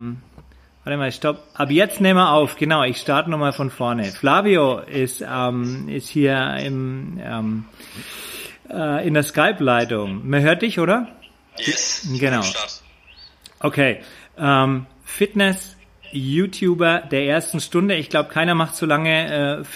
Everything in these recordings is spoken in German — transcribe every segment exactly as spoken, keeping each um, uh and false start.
Warte mal, stopp. Ab jetzt nehmen wir auf. Genau, ich starte nochmal von vorne. Flavio ist, ähm, ist hier im, ähm, äh, in der Skype-Leitung. Man hört dich, oder? Yes. Genau. Okay. Ähm, Fitness-YouTuber der ersten Stunde. Ich glaube, keiner macht so lange äh,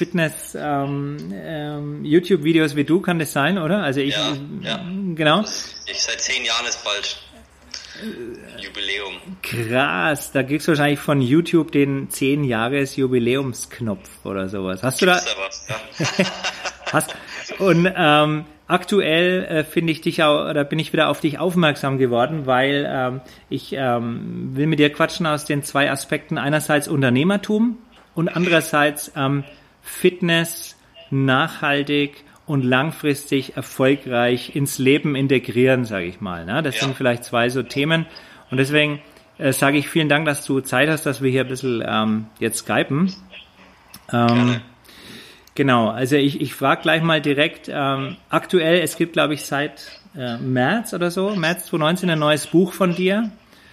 Fitness-YouTube-Videos ähm, ähm, wie du. Kann das sein, oder? Also ich. Ja, ja. Genau. Ich seit zehn Jahren ist bald Jubiläum. Krass, da kriegst du wahrscheinlich von YouTube den zehn Jahres Jubiläumsknopf oder sowas. Hast du da? Gibt's da was? Ja. Hast, und ähm, aktuell äh, finde ich dich auch, oder bin ich wieder auf dich aufmerksam geworden, weil ähm, ich ähm, will mit dir quatschen aus den zwei Aspekten. Einerseits Unternehmertum und andererseits ähm, Fitness, nachhaltig und langfristig erfolgreich ins Leben integrieren, sage ich mal. Ne? Das ja. sind vielleicht zwei so Themen. Und deswegen äh, sage ich vielen Dank, dass du Zeit hast, dass wir hier ein bisschen ähm, jetzt skypen. Ähm, genau, also ich, ich frage gleich mal direkt, ähm, aktuell, es gibt, glaube ich, seit äh, März oder so, März zwanzig neunzehn ein neues Buch von dir.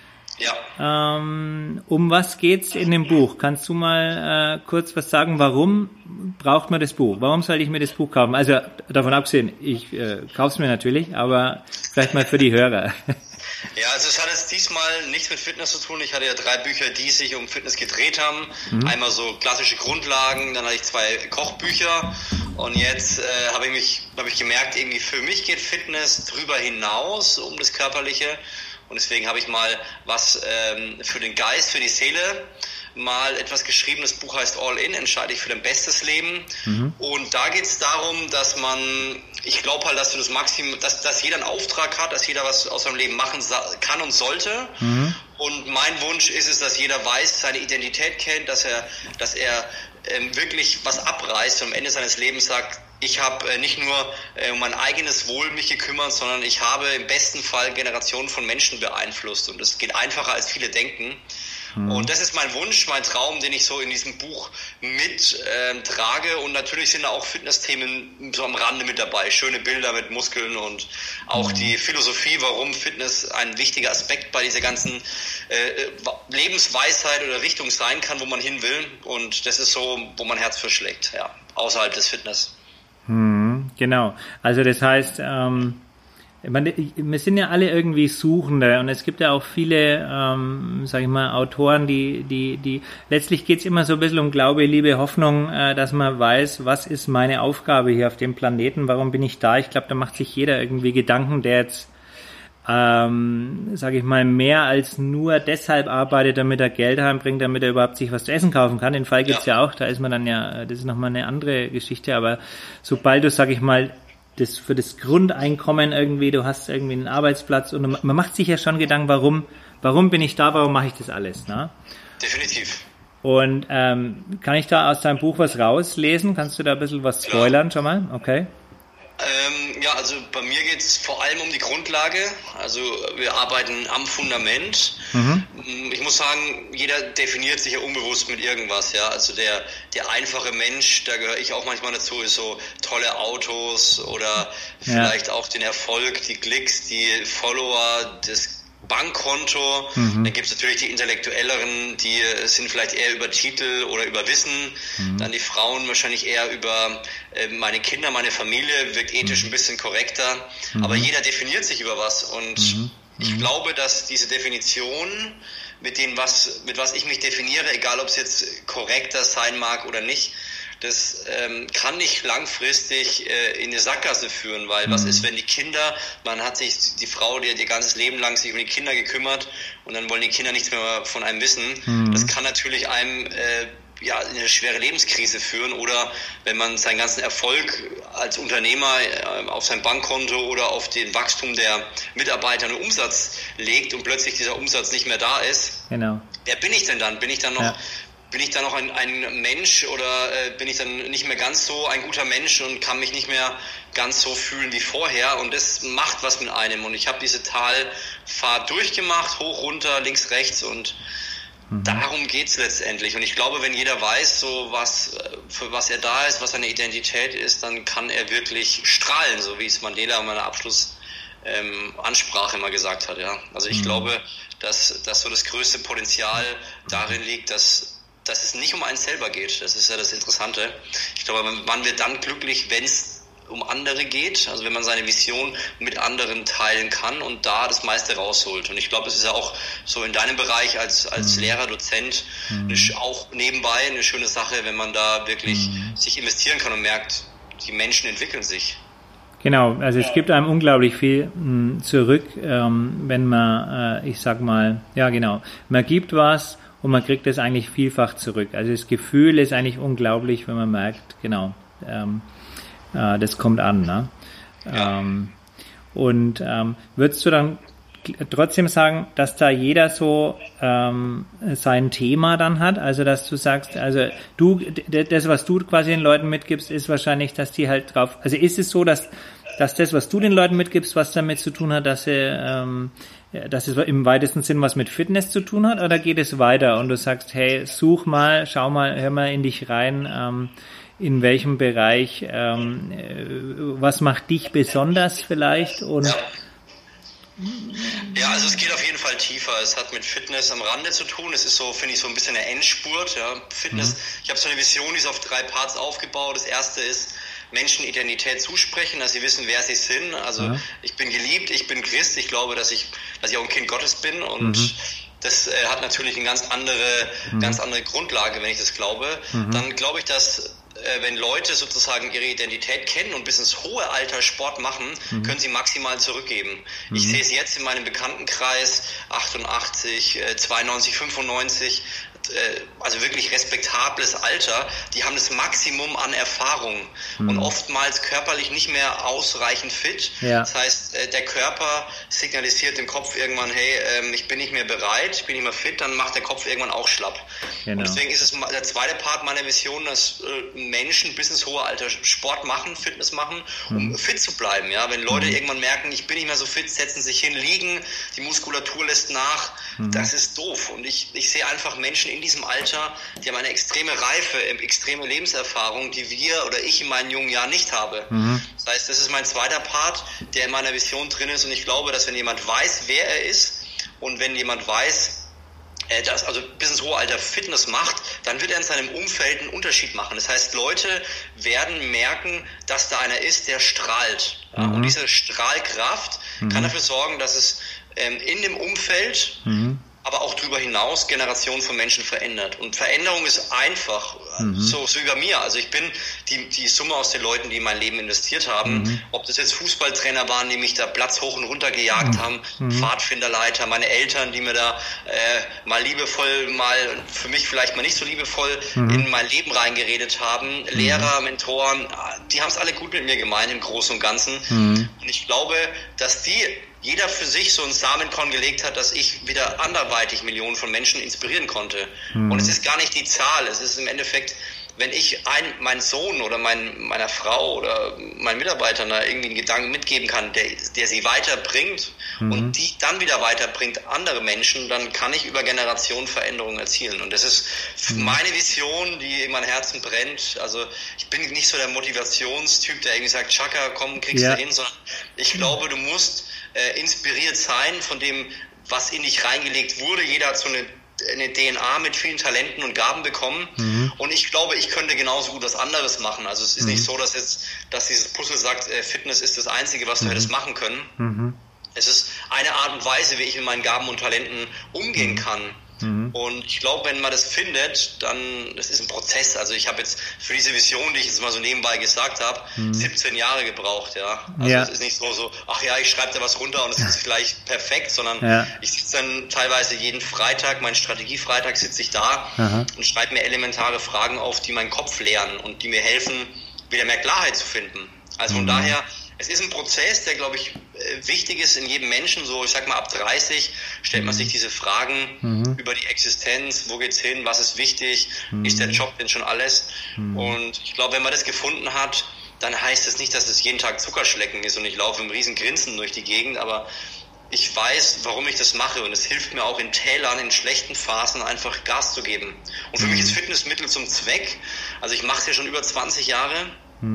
Ja. Ähm, um was geht's in dem Buch? Kannst du mal äh, kurz was sagen? Warum braucht man das Buch? Warum soll ich mir das Buch kaufen? Also davon abgesehen, ich äh, kaufe es mir natürlich, aber vielleicht mal für die Hörer. Ja, also es hat jetzt diesmal nichts mit Fitness zu tun. Ich hatte ja drei Bücher, die sich um Fitness gedreht haben. Mhm. Einmal so klassische Grundlagen, dann hatte ich zwei Kochbücher und jetzt äh, habe ich mich, habe ich gemerkt, irgendwie für mich geht Fitness drüber hinaus um das Körperliche. Und deswegen habe ich mal was ähm, für den Geist, für die Seele, mal etwas geschrieben. Das Buch heißt All In, entscheide ich für dein bestes Leben. Mhm. Und da geht es darum, dass man, ich glaube halt, dass du das Maximum, dass, dass jeder einen Auftrag hat, dass jeder was aus seinem Leben machen kann und sollte. Mhm. Und mein Wunsch ist es, dass jeder weiß, seine Identität kennt, dass er, dass er ähm, wirklich was abreißt und am Ende seines Lebens sagt, ich habe äh, nicht nur äh, um mein eigenes Wohl mich gekümmert, sondern ich habe im besten Fall Generationen von Menschen beeinflusst. Und das geht einfacher, als viele denken. Mhm. Und das ist mein Wunsch, mein Traum, den ich so in diesem Buch mit äh, trage. Und natürlich sind da auch Fitnessthemen so am Rande mit dabei. Schöne Bilder mit Muskeln und auch mhm. die Philosophie, warum Fitness ein wichtiger Aspekt bei dieser ganzen äh, Lebensweisheit oder Richtung sein kann, wo man hin will. Und das ist so, wo mein Herz verschlägt, ja, außerhalb des Fitness. Hm, genau. Also das heißt, ähm, ich meine, wir sind ja alle irgendwie Suchende und es gibt ja auch viele, ähm, sag ich mal, Autoren, die, die, die, letztlich geht's immer so ein bisschen um Glaube, Liebe, Hoffnung, äh, dass man weiß, was ist meine Aufgabe hier auf dem Planeten, warum bin ich da? Ich glaube, da macht sich jeder irgendwie Gedanken, der jetzt ähm, sage ich mal, mehr als nur deshalb arbeitet, damit er Geld heimbringt, damit er überhaupt sich was zu essen kaufen kann. Den Fall gibt's ja, ja auch, da ist man dann ja, das ist nochmal eine andere Geschichte, aber sobald du, sag ich mal, das für das Grundeinkommen irgendwie, du hast irgendwie einen Arbeitsplatz und man macht sich ja schon Gedanken, warum, warum bin ich da, warum mache ich das alles, ne? Definitiv. Und ähm, kann ich da aus deinem Buch was rauslesen? Kannst du da ein bisschen was spoilern schon mal? Okay. Ähm, ja, also bei mir geht es vor allem um die Grundlage. Also wir arbeiten am Fundament. Mhm. Ich muss sagen, jeder definiert sich ja unbewusst mit irgendwas. Ja, also der der einfache Mensch, da gehöre ich auch manchmal dazu, ist so tolle Autos oder vielleicht ja. auch den Erfolg, die Klicks, die Follower, das Bankkonto. Mhm. Dann gibt es natürlich die Intellektuelleren, die sind vielleicht eher über Titel oder über Wissen. Mhm. Dann die Frauen wahrscheinlich eher über äh, meine Kinder, meine Familie, wirkt ethisch mhm. ein bisschen korrekter. Mhm. Aber jeder definiert sich über was. Und mhm. ich glaube, dass diese Definition mit dem, was, mit was ich mich definiere, egal ob es jetzt korrekter sein mag oder nicht, das ähm, kann nicht langfristig äh, in eine Sackgasse führen, weil mhm. was ist, wenn die Kinder, man hat sich, die Frau, die ihr ganzes Leben lang sich um die Kinder gekümmert und dann wollen die Kinder nichts mehr von einem wissen. Mhm. Das kann natürlich einem äh, ja in eine schwere Lebenskrise führen oder wenn man seinen ganzen Erfolg als Unternehmer äh, auf sein Bankkonto oder auf den Wachstum der Mitarbeiter und Umsatz legt und plötzlich dieser Umsatz nicht mehr da ist. Genau. Wer bin ich denn dann? Bin ich dann noch... Ja. Bin ich dann noch ein, ein Mensch oder äh, bin ich dann nicht mehr ganz so ein guter Mensch und kann mich nicht mehr ganz so fühlen wie vorher? Und das macht was mit einem. Und ich habe diese Talfahrt durchgemacht, hoch, runter, links, rechts und mhm. darum geht's letztendlich. Und ich glaube, wenn jeder weiß, so was für was er da ist, was seine Identität ist, dann kann er wirklich strahlen, so wie es Mandela in meiner Abschluss ähm, Ansprache immer gesagt hat. Ja, also ich mhm. glaube, dass, dass so das größte Potenzial darin liegt, dass, dass es nicht um einen selber geht. Das ist ja das Interessante. Ich glaube, man wird dann glücklich, wenn es um andere geht, also wenn man seine Vision mit anderen teilen kann und da das meiste rausholt. Und ich glaube, es ist ja auch so in deinem Bereich als, als mhm. Lehrer, Dozent mhm. eine, auch nebenbei eine schöne Sache, wenn man da wirklich mhm. sich investieren kann und merkt, die Menschen entwickeln sich. Genau, also es gibt einem unglaublich viel mh, zurück, ähm, wenn man, äh, ich sag mal, ja genau, man gibt was und man kriegt es eigentlich vielfach zurück. Also das Gefühl ist eigentlich unglaublich, wenn man merkt, genau, ähm, äh, das kommt an. Ne? Ja. Ähm, und ähm, würdest du dann trotzdem sagen, dass da jeder so ähm, sein Thema dann hat? Also dass du sagst, also du, d- das, was du quasi den Leuten mitgibst, ist wahrscheinlich, dass die halt drauf, also ist es so, dass dass das, was du den Leuten mitgibst, was damit zu tun hat, dass sie, ähm, dass es im weitesten Sinn was mit Fitness zu tun hat, oder geht es weiter und du sagst, hey, such mal, schau mal, hör mal in dich rein, ähm, in welchem Bereich, ähm, was macht dich besonders vielleicht und ja. Ja, also es geht auf jeden Fall tiefer. Es hat mit Fitness am Rande zu tun. Es ist so, finde ich, so ein bisschen eine Endspurt. Ja. Fitness, mhm. ich habe so eine Vision, die ist auf drei Parts aufgebaut. Das erste ist, Menschen Identität zusprechen, dass sie wissen, wer sie sind. Also ja. ich bin geliebt, ich bin Christ, ich glaube, dass ich, dass ich auch ein Kind Gottes bin und mhm. das äh, hat natürlich eine ganz andere, mhm. ganz andere Grundlage, wenn ich das glaube. Mhm. Dann glaube ich, dass wenn Leute sozusagen ihre Identität kennen und bis ins hohe Alter Sport machen, mhm. können sie maximal zurückgeben. Mhm. Ich sehe es jetzt in meinem Bekanntenkreis, achtundachtzig, zweiundneunzig, fünfundneunzig, also wirklich respektables Alter, die haben das Maximum an Erfahrung mhm. und oftmals körperlich nicht mehr ausreichend fit. Ja. Das heißt, der Körper signalisiert dem Kopf irgendwann, hey, ich bin nicht mehr bereit, ich bin nicht mehr fit, dann macht der Kopf irgendwann auch schlapp. Genau. Und deswegen ist es der zweite Part meiner Vision, dass Menschen bis ins hohe Alter Sport machen, Fitness machen, um mhm. fit zu bleiben. Ja, wenn Leute mhm. irgendwann merken, ich bin nicht mehr so fit, setzen sich hin, liegen, die Muskulatur lässt nach, mhm. das ist doof. Und ich, ich sehe einfach Menschen in diesem Alter, die haben eine extreme Reife, extreme Lebenserfahrung, die wir oder ich in meinen jungen Jahren nicht habe. Mhm. Das heißt, das ist mein zweiter Part, der in meiner Vision drin ist. Und ich glaube, dass wenn jemand weiß, wer er ist und wenn jemand weiß, das also bis ins hohe Alter Fitness macht, dann wird er in seinem Umfeld einen Unterschied machen. Das heißt, Leute werden merken, dass da einer ist, der strahlt. Ja? Mhm. Und diese Strahlkraft mhm. kann dafür sorgen, dass es ähm, in dem Umfeld, mhm. aber auch darüber hinaus Generationen von Menschen verändert. Und Veränderung ist einfach, mhm. so, so wie bei mir. Also ich bin die, die Summe aus den Leuten, die in mein Leben investiert haben. Mhm. Ob das jetzt Fußballtrainer waren, die mich da Platz hoch und runter gejagt mhm. haben, mhm. Pfadfinderleiter, meine Eltern, die mir da äh, mal liebevoll, mal für mich vielleicht mal nicht so liebevoll mhm. in mein Leben reingeredet haben. Mhm. Lehrer, Mentoren, die haben es alle gut mit mir gemeint im Großen und Ganzen. Mhm. Und ich glaube, dass die jeder für sich so ein Samenkorn gelegt hat, dass ich wieder anderweitig Millionen von Menschen inspirieren konnte. Mhm. Und es ist gar nicht die Zahl, es ist im Endeffekt, wenn ich ein, mein Sohn oder mein, meiner Frau oder meinen Mitarbeitern da irgendwie einen Gedanken mitgeben kann, der, der sie weiterbringt mhm. und die dann wieder weiterbringt andere Menschen, dann kann ich über Generationen Veränderungen erzielen. Und das ist mhm. meine Vision, die in meinem Herzen brennt. Also ich bin nicht so der Motivationstyp, der irgendwie sagt, Chaka, komm, kriegst ja. du hin, sondern ich glaube, du musst Äh, inspiriert sein von dem, was in dich reingelegt wurde. Jeder hat so eine, eine D N A mit vielen Talenten und Gaben bekommen. Mhm. Und ich glaube, ich könnte genauso gut was anderes machen. Also es ist mhm. nicht so, dass jetzt, dass dieses Puzzle sagt, äh, Fitness ist das Einzige, was du mhm. hättest machen können. Mhm. Es ist eine Art und Weise, wie ich mit meinen Gaben und Talenten umgehen kann. Mhm. Und ich glaube, wenn man das findet, dann, das ist ein Prozess. Also ich habe jetzt für diese Vision, die ich jetzt mal so nebenbei gesagt habe, mhm. siebzehn Jahre gebraucht, ja. Also ja. es ist nicht so, so, ach ja, ich schreibe da was runter und es ist gleich perfekt, sondern ja. ich sitze dann teilweise jeden Freitag, meinen Strategiefreitag sitze ich da Aha. und schreibe mir elementare Fragen auf, die meinen Kopf leeren und die mir helfen, wieder mehr Klarheit zu finden. Also von mhm. daher, es ist ein Prozess, der, glaube ich, wichtig ist in jedem Menschen. So, ich sag mal, ab dreißig stellt man sich diese Fragen mhm. über die Existenz, wo geht's hin, was ist wichtig, mhm. ist der Job denn schon alles? Mhm. Und ich glaube, wenn man das gefunden hat, dann heißt es nicht, dass es jeden Tag Zuckerschlecken ist und ich laufe im riesen Grinsen durch die Gegend, aber ich weiß, warum ich das mache und es hilft mir auch in Tälern, in schlechten Phasen einfach Gas zu geben. Und für mhm. mich ist Fitnessmittel zum Zweck. Also ich mache es ja schon über zwanzig Jahre. Mhm.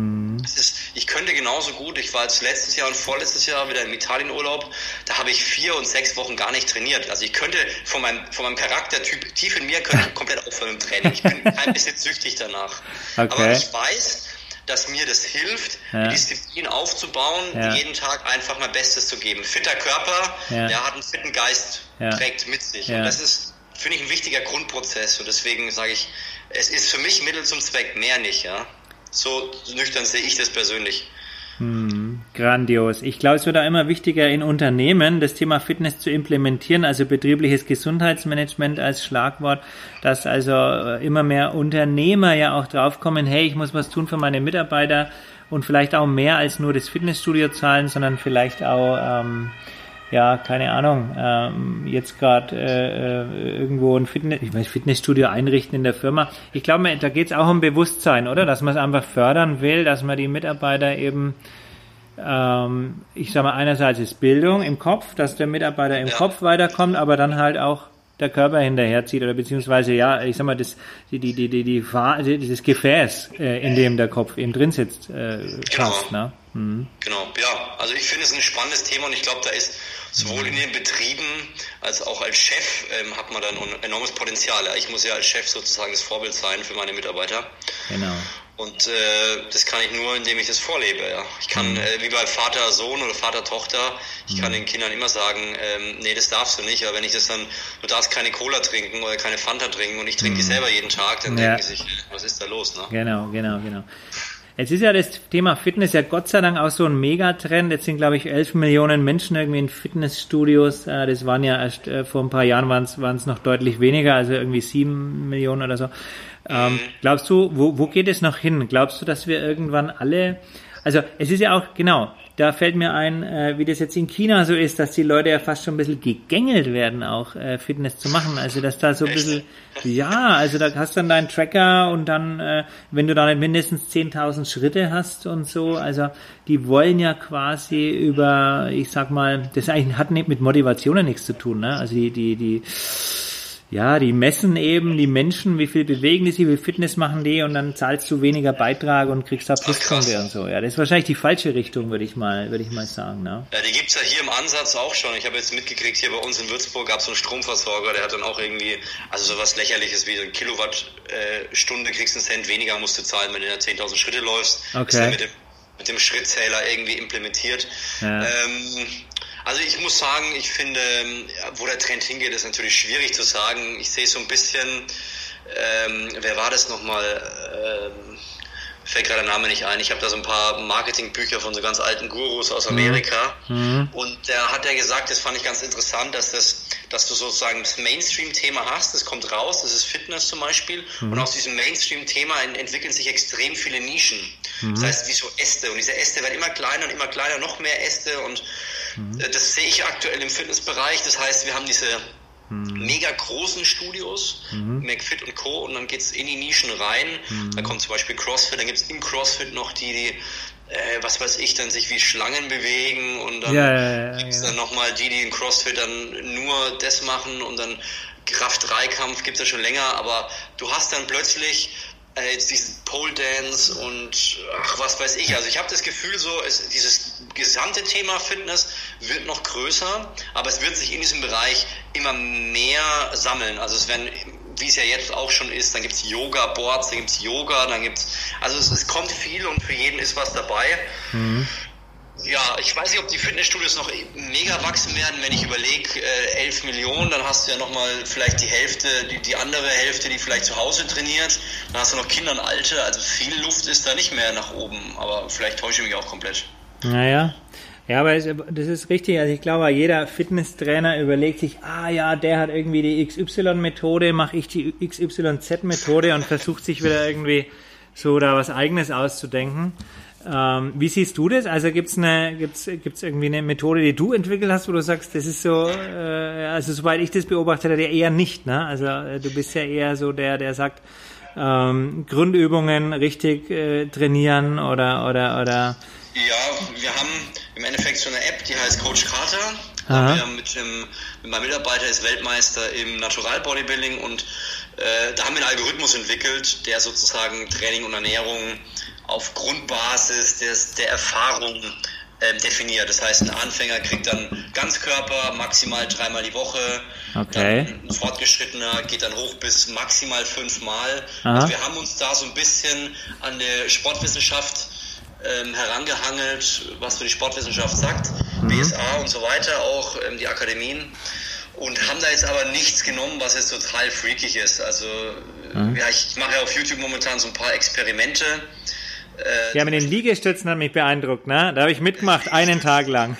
Das ist, ich könnte genauso gut, ich war jetzt letztes Jahr und vorletztes Jahr wieder im Italienurlaub, da habe ich vier und sechs Wochen gar nicht trainiert. Also ich könnte von meinem, von meinem Charaktertyp tief in mir könnte ich komplett aufhören im Training. Ich bin ein bisschen süchtig danach. Okay. Aber ich weiß, dass mir das hilft, ja. die Disziplin aufzubauen, ja. jeden Tag einfach mein Bestes zu geben. Fitter Körper, ja. der hat einen fitten Geist, ja. trägt mit sich. Ja. Und das ist, finde ich, ein wichtiger Grundprozess. Und deswegen sage ich, es ist für mich Mittel zum Zweck, mehr nicht, ja. So nüchtern sehe ich das persönlich. Hm, grandios. Ich glaube, es wird auch immer wichtiger in Unternehmen, das Thema Fitness zu implementieren, also betriebliches Gesundheitsmanagement als Schlagwort, dass also immer mehr Unternehmer ja auch draufkommen, hey, ich muss was tun für meine Mitarbeiter und vielleicht auch mehr als nur das Fitnessstudio zahlen, sondern vielleicht auch ähm, ja, keine Ahnung, ähm, jetzt gerade äh, irgendwo ein Fitness, ich weiß, Fitnessstudio einrichten in der Firma. Ich glaube, da geht es auch um Bewusstsein, oder? Dass man es einfach fördern will, dass man die Mitarbeiter eben, ähm, ich sag mal, einerseits ist Bildung im Kopf, dass der Mitarbeiter im ja. Kopf weiterkommt, aber dann halt auch der Körper hinterherzieht oder beziehungsweise, ja, ich sag mal, das, die, die, die, die, die dieses Gefäß, äh, in dem der Kopf eben drin sitzt, äh, genau. passt, ne? Mhm. Genau, ja, also ich finde es ein spannendes Thema und ich glaube, da ist sowohl in den Betrieben als auch als Chef ähm, hat man dann ein enormes Potenzial. Ja? Ich muss ja als Chef sozusagen das Vorbild sein für meine Mitarbeiter. Genau. Und äh, das kann ich nur, indem ich das vorlebe. Ja. Ich kann, mhm. äh, wie bei Vater-Sohn oder Vater-Tochter, ich mhm. kann den Kindern immer sagen, ähm, nee, das darfst du nicht. Aber wenn ich das dann, du darfst keine Cola trinken oder keine Fanta trinken und ich trinke mhm. die selber jeden Tag, dann ja. denken sie sich, was ist da los? Ne? Genau, genau, genau. Jetzt ist ja das Thema Fitness ja Gott sei Dank auch so ein Megatrend. Jetzt sind, glaube ich, elf Millionen Menschen irgendwie in Fitnessstudios. Das waren ja erst vor ein paar Jahren waren es, waren es noch deutlich weniger, also irgendwie sieben Millionen oder so. Ähm, glaubst du, wo, wo geht es noch hin? Glaubst du, dass wir irgendwann alle, also es ist ja auch, genau, da fällt mir ein, äh, wie das jetzt in China so ist, dass die Leute ja fast schon ein bisschen gegängelt werden, auch äh, Fitness zu machen. Also dass da so ein bisschen, ja, also da hast du dann deinen Tracker und dann, äh, wenn du da nicht mindestens zehntausend Schritte hast und so, also die wollen ja quasi über, ich sag mal, das eigentlich hat nicht mit Motivation nichts zu tun, ne? Also die, die, die, ja, die messen eben die Menschen, wie viel bewegen die sich, wie viel Fitness machen die und dann zahlst du weniger Beitrag und kriegst da Pluspunkte und so. Ja, das ist wahrscheinlich die falsche Richtung, würde ich mal, würde ich mal sagen, ne? Ja, die gibt's ja hier im Ansatz auch schon. Ich habe jetzt mitgekriegt, hier bei uns in Würzburg gab es so einen Stromversorger, der hat dann auch irgendwie, also sowas Lächerliches wie so eine Kilowattstunde kriegst einen Cent weniger, musst du zahlen, wenn du ja zehntausend Schritte läufst. Okay. Ist ja mit dem, mit dem Schrittzähler irgendwie implementiert. Ja. Ähm, Also ich muss sagen, ich finde, wo der Trend hingeht, ist natürlich schwierig zu sagen. Ich sehe so ein bisschen, ähm, wer war das nochmal? Ähm, fällt gerade der Name nicht ein. Ich habe da so ein paar Marketingbücher von so ganz alten Gurus aus Amerika. Mhm. Und der hat ja gesagt, das fand ich ganz interessant, dass das, dass du sozusagen das Mainstream-Thema hast, das kommt raus, das ist Fitness zum Beispiel. Mhm. Und aus diesem Mainstream-Thema entwickeln sich extrem viele Nischen. Mhm. Das heißt, wie so Äste. Und diese Äste werden immer kleiner und immer kleiner, noch mehr Äste und mhm. das sehe ich aktuell im Fitnessbereich. Das heißt, wir haben diese mhm. mega großen Studios, mhm. McFit und Co. Und dann geht's in die Nischen rein. Mhm. Da kommt zum Beispiel CrossFit, dann gibt's im CrossFit noch die, die äh, was weiß ich, dann sich wie Schlangen bewegen und dann ja, ja, ja, gibt's ja. dann nochmal die, die in CrossFit dann nur das machen und dann Kraft-Dreikampf gibt's ja schon länger, aber du hast dann plötzlich äh, jetzt diesen Pole Dance und ach, was weiß ich. Also ich habe das Gefühl so, es, dieses gesamte Thema Fitness wird noch größer, aber es wird sich in diesem Bereich immer mehr sammeln. Also es werden, wie es ja jetzt auch schon ist, dann gibt's Yoga-Boards, dann gibt's Yoga, dann gibt's, also es, es kommt viel und für jeden ist was dabei. Mhm. Ja, ich weiß nicht, ob die Fitnessstudios noch mega wachsen werden. Wenn ich überlege, äh, elf Millionen, dann hast du ja nochmal vielleicht die Hälfte, die, die andere Hälfte, die vielleicht zu Hause trainiert. Dann hast du noch Kinder und Alte, also viel Luft ist da nicht mehr nach oben. Aber vielleicht täusche ich mich auch komplett. Naja, ja, aber das ist richtig. Also ich glaube, jeder Fitnesstrainer überlegt sich, ah ja, der hat irgendwie die X Y-Methode, mache ich die X Y Z-Methode und versucht sich wieder irgendwie so da was Eigenes auszudenken. Ähm, wie siehst du das? Also gibt's eine, gibt's, gibt's irgendwie eine Methode, die du entwickelt hast, wo du sagst, das ist so, äh, also soweit ich das beobachtet habe, eher nicht, ne? Also äh, du bist ja eher so der, der sagt, ähm, Grundübungen richtig äh, trainieren oder, oder, oder. Ja, wir haben im Endeffekt so eine App, die heißt Coach Carter. Da wir mit, dem, mit meinem Mitarbeiter ist Weltmeister im Natural Bodybuilding und äh, da haben wir einen Algorithmus entwickelt, der sozusagen Training und Ernährung auf Grundbasis des, der Erfahrung ähm, definiert. Das heißt, ein Anfänger kriegt dann Ganzkörper, maximal dreimal die Woche. Okay. Dann ein Fortgeschrittener geht dann hoch bis maximal fünfmal. Also wir haben uns da so ein bisschen an der Sportwissenschaft ähm, herangehangelt, was so die Sportwissenschaft sagt, mhm. B S A und so weiter, auch ähm, die Akademien. Und haben da jetzt aber nichts genommen, was jetzt total freakig ist. Also mhm. ja, ich mache ja auf YouTube momentan so ein paar Experimente. Äh, ja, mit den Liegestützen hat mich beeindruckt, ne? Da habe ich mitgemacht, einen Tag lang.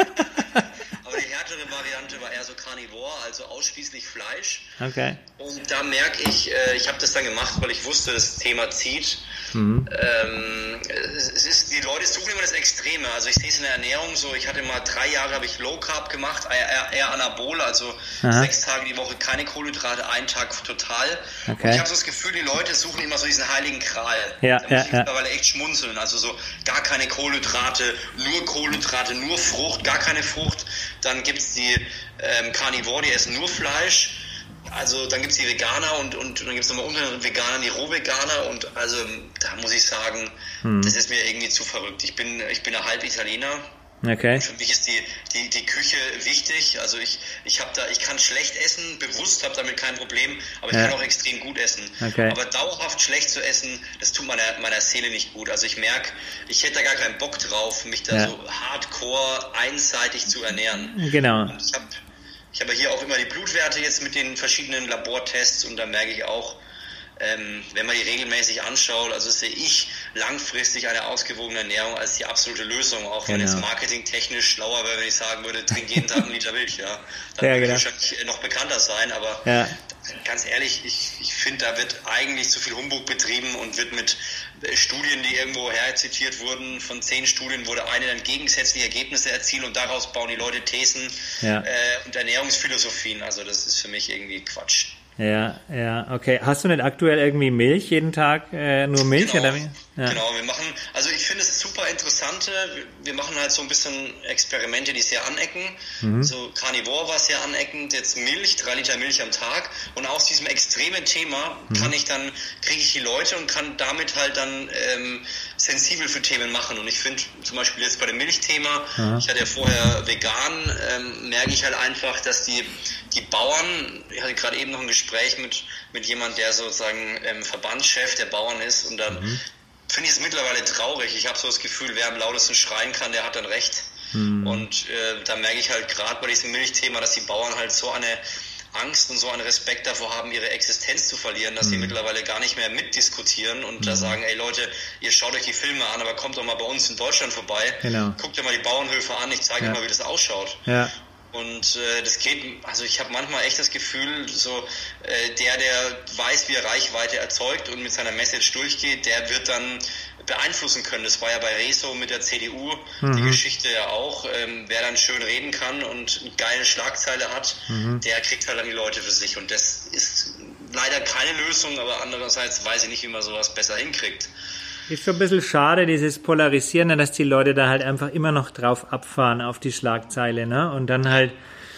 Aber die härtere Variante war eher so Carnivore, also ausschließlich Fleisch. Okay. Und da merke ich, äh, ich habe das dann gemacht, weil ich wusste, das Thema zieht. Mhm. Ähm, es ist, die Leute suchen immer das Extreme. Also ich sehe es in der Ernährung so, ich hatte mal drei Jahre, habe ich Low Carb gemacht, eher, eher Anabol, also Aha. sechs Tage die Woche keine Kohlenhydrate, einen Tag total. Okay. Und ich habe so das Gefühl, die Leute suchen immer so diesen heiligen Gral. Ja, da muss ja, ich ja. mittlerweile echt schmunzeln. Also so gar keine Kohlenhydrate, nur Kohlenhydrate, nur Frucht, gar keine Frucht. Dann gibt's die ähm, Carnivore, die essen nur Fleisch. Also dann gibt es die Veganer und, und, und dann gibt es nochmal unter den Veganern die Rohveganer und also da muss ich sagen, hm. das ist mir irgendwie zu verrückt. Ich bin ich bin ein halb Italiener. Okay. Und für mich ist die, die, die Küche wichtig. Also ich, ich habe da, ich kann schlecht essen, bewusst, habe damit kein Problem, aber ich ja. kann auch extrem gut essen. Okay. Aber dauerhaft schlecht zu essen, das tut meiner, meiner Seele nicht gut. Also ich merke, ich hätte da gar keinen Bock drauf, mich da ja. so hardcore einseitig zu ernähren. Genau. Und ich habe Ich habe hier auch immer die Blutwerte jetzt mit den verschiedenen Labortests und da merke ich auch, ähm, wenn man die regelmäßig anschaut, also sehe ich langfristig eine ausgewogene Ernährung als die absolute Lösung, auch wenn genau. es marketingtechnisch schlauer wäre, wenn ich sagen würde, trink jeden Tag einen Liter Milch, ja. Dann ja, würde genau. ich wahrscheinlich noch bekannter sein, aber ja. ganz ehrlich, ich, ich finde, da wird eigentlich zu viel Humbug betrieben und wird mit Studien, die irgendwo her zitiert wurden, von zehn Studien wurde eine dann gegensätzliche Ergebnisse erzielt und daraus bauen die Leute Thesen ja. äh, und Ernährungsphilosophien. Also das ist für mich irgendwie Quatsch. Ja, ja, okay. Hast du nicht aktuell irgendwie Milch jeden Tag, äh, nur Milch? Genau, oder wie? Ja. genau, wir machen, also ich finde es super interessante, wir machen halt so ein bisschen Experimente, die sehr anecken, mhm. so Carnivore war sehr aneckend, jetzt Milch, drei Liter Milch am Tag und aus diesem extremen Thema mhm. kann ich dann, kriege ich die Leute und kann damit halt dann ähm, sensibel für Themen machen und ich finde zum Beispiel jetzt bei dem Milchthema, mhm. ich hatte ja vorher vegan, ähm, merke ich halt einfach, dass die, die Bauern, ich hatte gerade eben noch ein Gespräch mit, mit jemand, der sozusagen ähm, Verbandschef der Bauern ist und dann mhm. finde ich es mittlerweile traurig. Ich habe so das Gefühl, wer am lautesten schreien kann, der hat dann recht. Mhm. Und äh, da merke ich halt gerade bei diesem Milchthema, dass die Bauern halt so eine Angst und so einen Respekt davor haben, ihre Existenz zu verlieren, dass mhm. sie mittlerweile gar nicht mehr mitdiskutieren und mhm. da sagen, ey Leute, ihr schaut euch die Filme an, aber kommt doch mal bei uns in Deutschland vorbei. Genau. Guckt ihr mal die Bauernhöfe an, ich zeige ja. euch mal, wie das ausschaut. Ja. Und äh, das geht, also ich habe manchmal echt das Gefühl, so äh, der, der weiß, wie er Reichweite erzeugt und mit seiner Message durchgeht, der wird dann beeinflussen können. Das war ja bei Rezo mit der C D U mhm. die Geschichte ja auch. Ähm, wer dann schön reden kann und eine geile Schlagzeile hat, mhm. der kriegt halt dann die Leute für sich. Und das ist leider keine Lösung, aber andererseits weiß ich nicht, wie man sowas besser hinkriegt. Ist schon ein bisschen schade, dieses Polarisieren, dass die Leute da halt einfach immer noch drauf abfahren auf die Schlagzeile, ne? Und dann halt,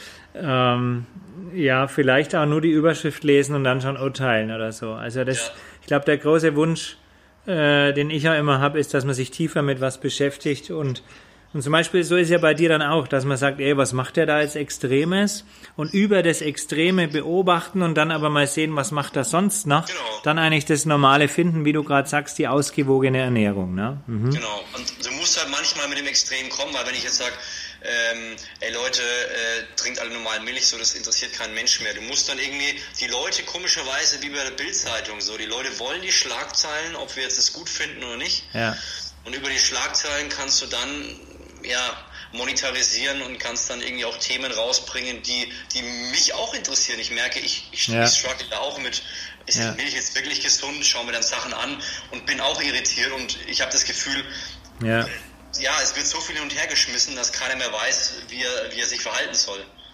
ähm, ja, vielleicht auch nur die Überschrift lesen und dann schon urteilen oder so. Also das, ja. ich glaube, der große Wunsch, äh, den ich ja immer habe, ist, dass man sich tiefer mit was beschäftigt und Und zum Beispiel, so ist ja bei dir dann auch, dass man sagt, ey, was macht der da jetzt Extremes? Und über das Extreme beobachten und dann aber mal sehen, was macht er sonst noch? Genau. Dann eigentlich das Normale finden, wie du gerade sagst, die ausgewogene Ernährung, ne? Mhm. Genau. Und du musst halt manchmal mit dem Extrem kommen, weil wenn ich jetzt sage, ähm, ey Leute, äh, trinkt alle normal Milch, so, das interessiert keinen Mensch mehr. Du musst dann irgendwie, die Leute komischerweise, wie bei der Bild-Zeitung, so, die Leute wollen die Schlagzeilen, ob wir jetzt das gut finden oder nicht. Ja. Und über die Schlagzeilen kannst du dann ja, monetarisieren und kannst dann irgendwie auch Themen rausbringen, die, die mich auch interessieren. Ich merke, ich, ich, ja. ich struggle da auch mit, ist ja. die Milch jetzt wirklich gesund, schaue mir dann Sachen an und bin auch irritiert und ich habe das Gefühl, ja. ja, es wird so viel hin und her geschmissen, dass keiner mehr weiß, wie er, wie er sich verhalten soll.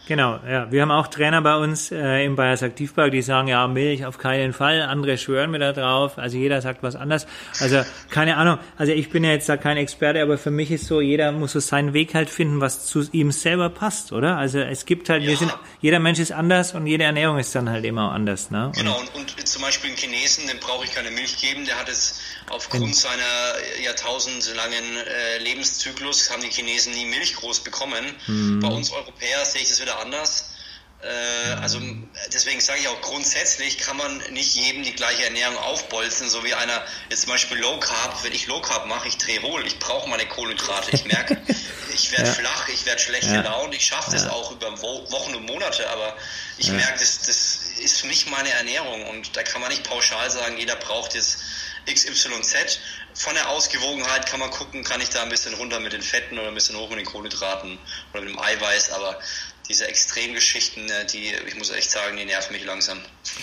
Genau, ja. Wir haben auch Trainer bei uns äh, im Bayers Aktivpark, die sagen, ja, Milch auf keinen Fall, andere schwören wir da drauf, also jeder sagt was anderes. Also keine Ahnung, also ich bin ja jetzt da kein Experte, aber für mich ist so, jeder muss so seinen Weg halt finden, was zu ihm selber passt, oder? Also es gibt halt, ja. wir sind, jeder Mensch ist anders und jede Ernährung ist dann halt immer anders, ne? Und genau, und, und zum Beispiel einen Chinesen, dem brauche ich keine Milch geben, der hat es aufgrund in, seiner jahrtausendlangen äh, Lebenszyklus, haben die Chinesen nie Milch groß bekommen. Hm. Bei uns Europäer sehe ich das wieder anders. Äh, also deswegen sage ich auch, grundsätzlich kann man nicht jedem die gleiche Ernährung aufbolzen, so wie einer jetzt zum Beispiel Low Carb. Wenn ich Low Carb mache, ich drehe hohl, ich brauche meine Kohlenhydrate. Ich merke, ich werde ja. flach, ich werde schlecht ja. gelaunt, ich schaffe das ja. auch über Wochen und Monate, aber ich ja. merke, das, das ist nicht meine Ernährung und da kann man nicht pauschal sagen, jeder braucht jetzt X Y Z. Von der Ausgewogenheit kann man gucken, kann ich da ein bisschen runter mit den Fetten oder ein bisschen hoch mit den Kohlenhydraten oder mit dem Eiweiß, aber diese Extremgeschichten, die, ich muss echt sagen, die nerven mich langsam.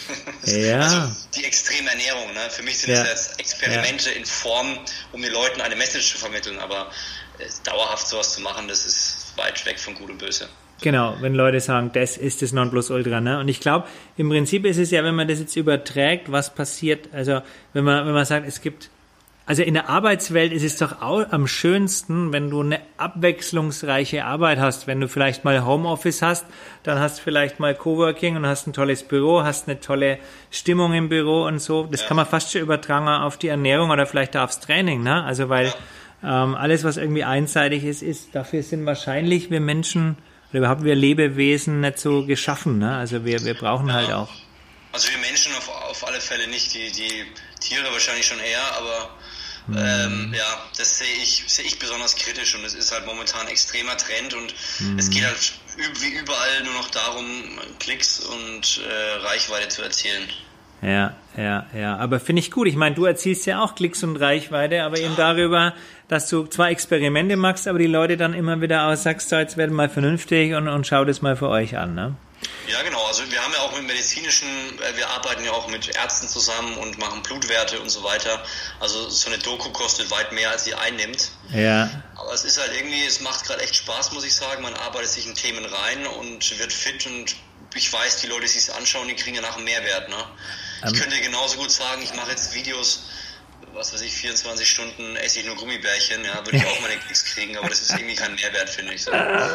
Ja. Also die Extremernährung, ne? Für mich sind ja. das jetzt Experimente ja. in Form, um den Leuten eine Message zu vermitteln, aber äh, dauerhaft sowas zu machen, das ist weit weg von Gut und Böse. Genau, wenn Leute sagen, das ist das Nonplusultra, ne? Und ich glaube, im Prinzip ist es ja, wenn man das jetzt überträgt, was passiert, also wenn man, wenn man sagt, es gibt, also in der Arbeitswelt ist es doch auch am schönsten, wenn du eine abwechslungsreiche Arbeit hast, wenn du vielleicht mal Homeoffice hast, dann hast du vielleicht mal Coworking und hast ein tolles Büro, hast eine tolle Stimmung im Büro und so, das ja. kann man fast schon übertragen auf die Ernährung oder vielleicht aufs Training, ne? Also weil ja. ähm, alles, was irgendwie einseitig ist, ist, dafür sind wahrscheinlich wir Menschen oder überhaupt wir Lebewesen nicht so geschaffen, ne? Also wir, wir brauchen ja. halt auch. Also wir Menschen auf, auf alle Fälle nicht, die, die Tiere wahrscheinlich schon eher, aber mhm. ähm, ja, das sehe ich, sehe ich besonders kritisch und es ist halt momentan ein extremer Trend und mhm. es geht halt wie überall nur noch darum, Klicks und äh, Reichweite zu erzielen. Ja, ja, ja, aber finde ich gut. Ich meine, du erzielst ja auch Klicks und Reichweite, aber ja. eben darüber, dass du zwar Experimente machst, aber die Leute dann immer wieder auch sagst, so, jetzt werden mal vernünftig und, und schau das mal für euch an, ne? Ja, genau. Also wir haben ja auch mit medizinischen, wir arbeiten ja auch mit Ärzten zusammen und machen Blutwerte und so weiter. Also so eine Doku kostet weit mehr, als sie einnimmt. Ja. Aber es ist halt irgendwie, es macht gerade echt Spaß, muss ich sagen. Man arbeitet sich in Themen rein und wird fit und ich weiß, die Leute, die sich anschauen, die kriegen ja nachher einen Mehrwert, ne? Ich um. könnte genauso gut sagen, ich mache jetzt Videos, was weiß ich, vierundzwanzig Stunden esse ich nur Gummibärchen, ja, würde ich auch meine Klicks kriegen, aber das ist irgendwie kein Mehrwert, finde ich. So.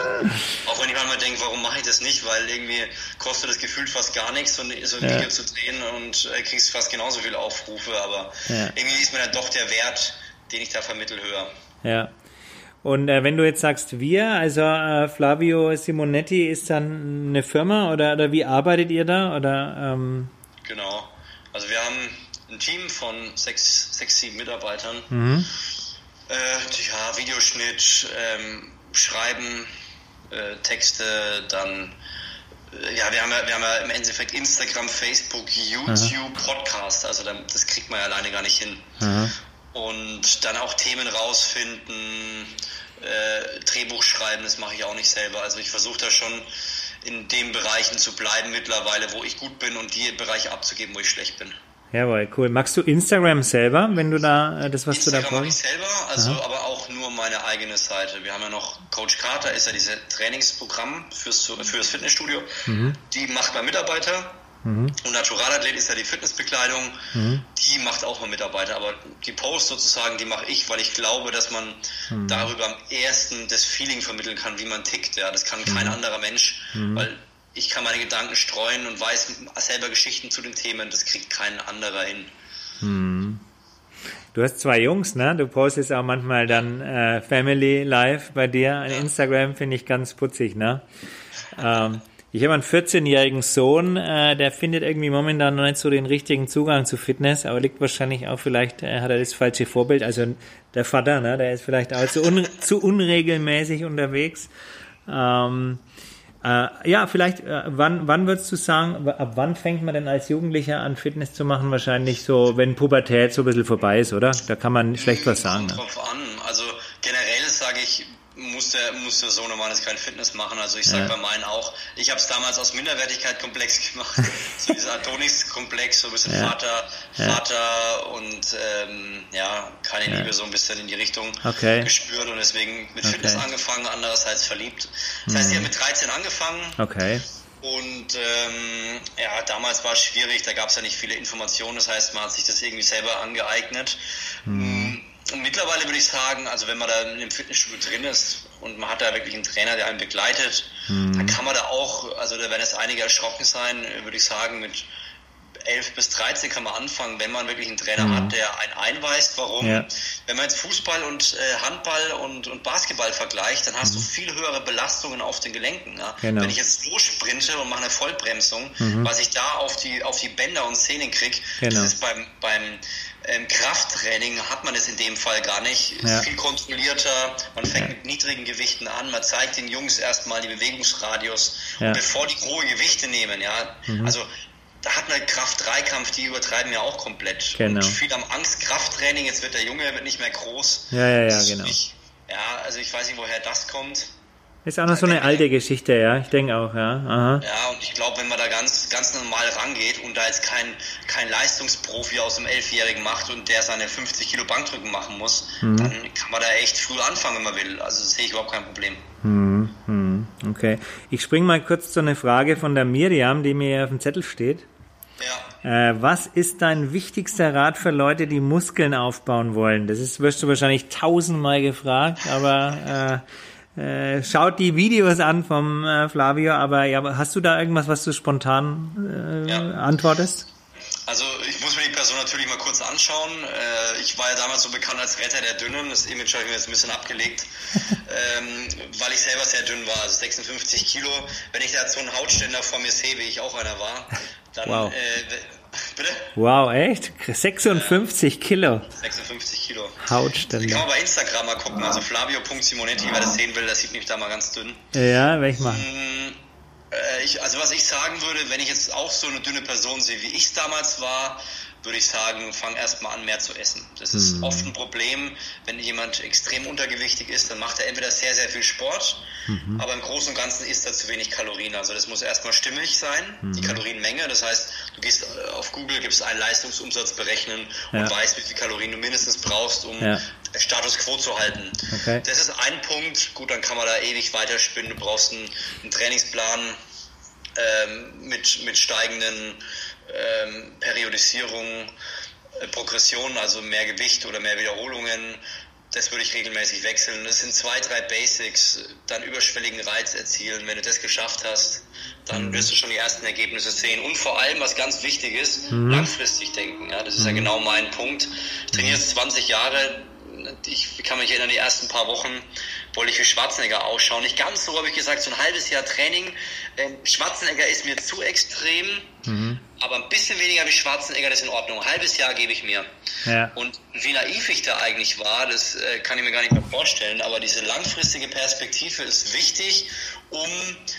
Auch wenn ich manchmal denke, warum mache ich das nicht, weil irgendwie kostet das gefühlt fast gar nichts, so ein, so ein ja. Video zu drehen und äh, kriegst fast genauso viele Aufrufe, aber ja. irgendwie ist mir dann doch der Wert, den ich da vermittle, höher. Ja. Und äh, wenn du jetzt sagst wir, also äh, Flavio Simonetti ist dann eine Firma oder, oder wie arbeitet ihr da? Oder, ähm Genau, also wir haben ein Team von sechs, sechs sieben Mitarbeitern. Mhm. Äh, ja, Videoschnitt, ähm, Schreiben, äh, Texte, dann äh, ja, wir haben ja, wir haben ja im Endeffekt Instagram, Facebook, YouTube, Aha. Podcast, also dann, das kriegt man ja alleine gar nicht hin. Aha. Und dann auch Themen rausfinden, äh, Drehbuch schreiben, das mache ich auch nicht selber. Also ich versuche da schon in den Bereichen zu bleiben mittlerweile, wo ich gut bin und die Bereiche abzugeben, wo ich schlecht bin. Jawohl, cool. Magst du Instagram selber, wenn du da das, was Instagram du da brauchst? mache ich selber, also Aha. aber auch nur meine eigene Seite. Wir haben ja noch Coach Carter, ist ja dieses Trainingsprogramm fürs, für das Fitnessstudio. Mhm. Die macht mein Mitarbeiter. Mhm. Und Naturalathlet ist ja die Fitnessbekleidung, mhm. die macht auch mal Mitarbeiter, aber die Posts sozusagen, die mache ich, weil ich glaube, dass man mhm. darüber am ersten das Feeling vermitteln kann, wie man tickt. Ja, das kann kein mhm. anderer Mensch, mhm. weil ich kann meine Gedanken streuen und weiß selber Geschichten zu den Themen, das kriegt kein anderer hin. Mhm. Du hast zwei Jungs, ne? Du postest auch manchmal dann äh, Family Life bei dir an ja. Instagram, finde ich ganz putzig, ne? ähm, Ich habe einen vierzehnjährigen Sohn, äh, der findet irgendwie momentan noch nicht so den richtigen Zugang zu Fitness, aber liegt wahrscheinlich auch vielleicht, äh, hat er das falsche Vorbild, also der Vater, ne, der ist vielleicht auch zu, un, zu unregelmäßig unterwegs. Ähm, äh, ja, vielleicht, äh, wann, wann würdest du sagen, ab wann fängt man denn als Jugendlicher an Fitness zu machen? Wahrscheinlich so, wenn Pubertät so ein bisschen vorbei ist, oder? Da kann man schlecht was sagen. Kommt drauf an, also generell sage ich, muss der, muss der Sohnemann jetzt kein Fitness machen. Also ich sage ja. bei meinen auch, ich habe es damals aus Minderwertigkeit-Komplex gemacht, so dieser Adonis-Komplex, so ein bisschen ja. Vater, ja. Vater und ähm, ja, keine ja. Liebe so ein bisschen in die Richtung okay. gespürt und deswegen mit okay. Fitness angefangen, andererseits verliebt. Das heißt, ich habe mit dreizehn angefangen. Okay. Und ähm, ja, damals war es schwierig, da gab es ja nicht viele Informationen, das heißt, man hat sich das irgendwie selber angeeignet. Mhm. Und mittlerweile würde ich sagen, also wenn man da in dem Fitnessstudio drin ist und man hat da wirklich einen Trainer, der einen begleitet, mhm. dann kann man da auch, also da werden jetzt einige erschrocken sein, würde ich sagen, mit elf bis dreizehn kann man anfangen, wenn man wirklich einen Trainer mhm. hat, der einen einweist. Warum? Ja. Wenn man jetzt Fußball und äh, Handball und, und Basketball vergleicht, dann hast mhm. du viel höhere Belastungen auf den Gelenken. Ja? Genau. Wenn ich jetzt lossprinte und mache eine Vollbremsung, mhm. was ich da auf die, auf die Bänder und Sehnen kriege, genau. das ist beim, beim ähm, Krafttraining hat man es in dem Fall gar nicht. Es ja. ist viel kontrollierter, man fängt ja. mit niedrigen Gewichten an, man zeigt den Jungs erstmal die Bewegungsradius, ja. und bevor die hohe Gewichte nehmen, ja, mhm. also da hat man Kraft-Dreikampf, die übertreiben ja auch komplett. Genau. Und viel am Angst-Krafttraining, jetzt wird der Junge wird nicht mehr groß. Ja, ja, ja, genau. Nicht, ja, also ich weiß nicht, woher das kommt. Ist auch noch so eine alte Geschichte, ja, ich denke auch, ja. Aha. Ja, und ich glaube, wenn man da ganz ganz normal rangeht und da jetzt kein, kein Leistungsprofi aus dem Elfjährigen macht und der seine fünfzig Kilo Bankdrücken machen muss, mhm. dann kann man da echt früh anfangen, wenn man will. Also das sehe ich überhaupt kein Problem. Mhm. Mhm. Okay. Ich springe mal kurz zu einer Frage von der Miriam, die mir auf dem Zettel steht. Ja. Äh, was ist dein wichtigster Rat für Leute, die Muskeln aufbauen wollen? Das ist, wirst du wahrscheinlich tausendmal gefragt, aber äh, äh, schaut die Videos an vom äh, Flavio, aber ja, hast du da irgendwas, was du spontan äh, ja. antwortest? Also ich muss mir die Person natürlich mal kurz anschauen. Äh, ich war ja damals so bekannt als Retter der Dünnen. Das Image habe ich mir jetzt ein bisschen abgelegt, ähm, weil ich selber sehr dünn war, also sechsundfünfzig Kilo. Wenn ich da jetzt so einen Hautständer vor mir sehe, wie ich auch einer war, dann... Wow. Äh, bitte? Wow, echt? sechsundfünfzig äh, Kilo? sechsundfünfzig Kilo. Hautständer. Die kann man bei Instagram mal gucken, also flavio punkt simonetti, wer das sehen will, das sieht mich da mal ganz dünn. Ja, werde ich machen. Ich, also was ich sagen würde, wenn ich jetzt auch so eine dünne Person sehe, wie ich es damals war, würde ich sagen, fang erstmal an, mehr zu essen. Das ist mhm. oft ein Problem, wenn jemand extrem untergewichtig ist, dann macht er entweder sehr, sehr viel Sport, mhm. aber im Großen und Ganzen isst er zu wenig Kalorien. Also das muss erstmal stimmig sein, mhm. die Kalorienmenge. Das heißt, du gehst auf Google, gibst einen Leistungsumsatz berechnen und ja. weißt, wie viel Kalorien du mindestens brauchst, um ja. Status Quo zu halten. Okay. Das ist ein Punkt. Gut, dann kann man da ewig weiterspinnen. Du brauchst einen, einen Trainingsplan ähm, mit, mit steigenden ähm, Periodisierungen, äh, Progressionen, also mehr Gewicht oder mehr Wiederholungen. Das würde ich regelmäßig wechseln. Das sind zwei, drei Basics, dann überschwelligen Reiz erzielen. Wenn du das geschafft hast, dann wirst du schon die ersten Ergebnisse sehen. Und vor allem, was ganz wichtig ist, mhm. langfristig denken. Ja, das ist ja genau mein Punkt. Ich trainiere jetzt zwanzig Jahre. Ich kann mich erinnern, die ersten paar Wochen wollte ich wie Schwarzenegger ausschauen. Nicht ganz so, habe ich gesagt, so ein halbes Jahr Training. Ähm, Schwarzenegger ist mir zu extrem, mhm. aber ein bisschen weniger wie Schwarzenegger, das ist in Ordnung. Ein halbes Jahr gebe ich mir. Ja. Und wie naiv ich da eigentlich war, das äh, kann ich mir gar nicht mehr vorstellen, aber diese langfristige Perspektive ist wichtig, um,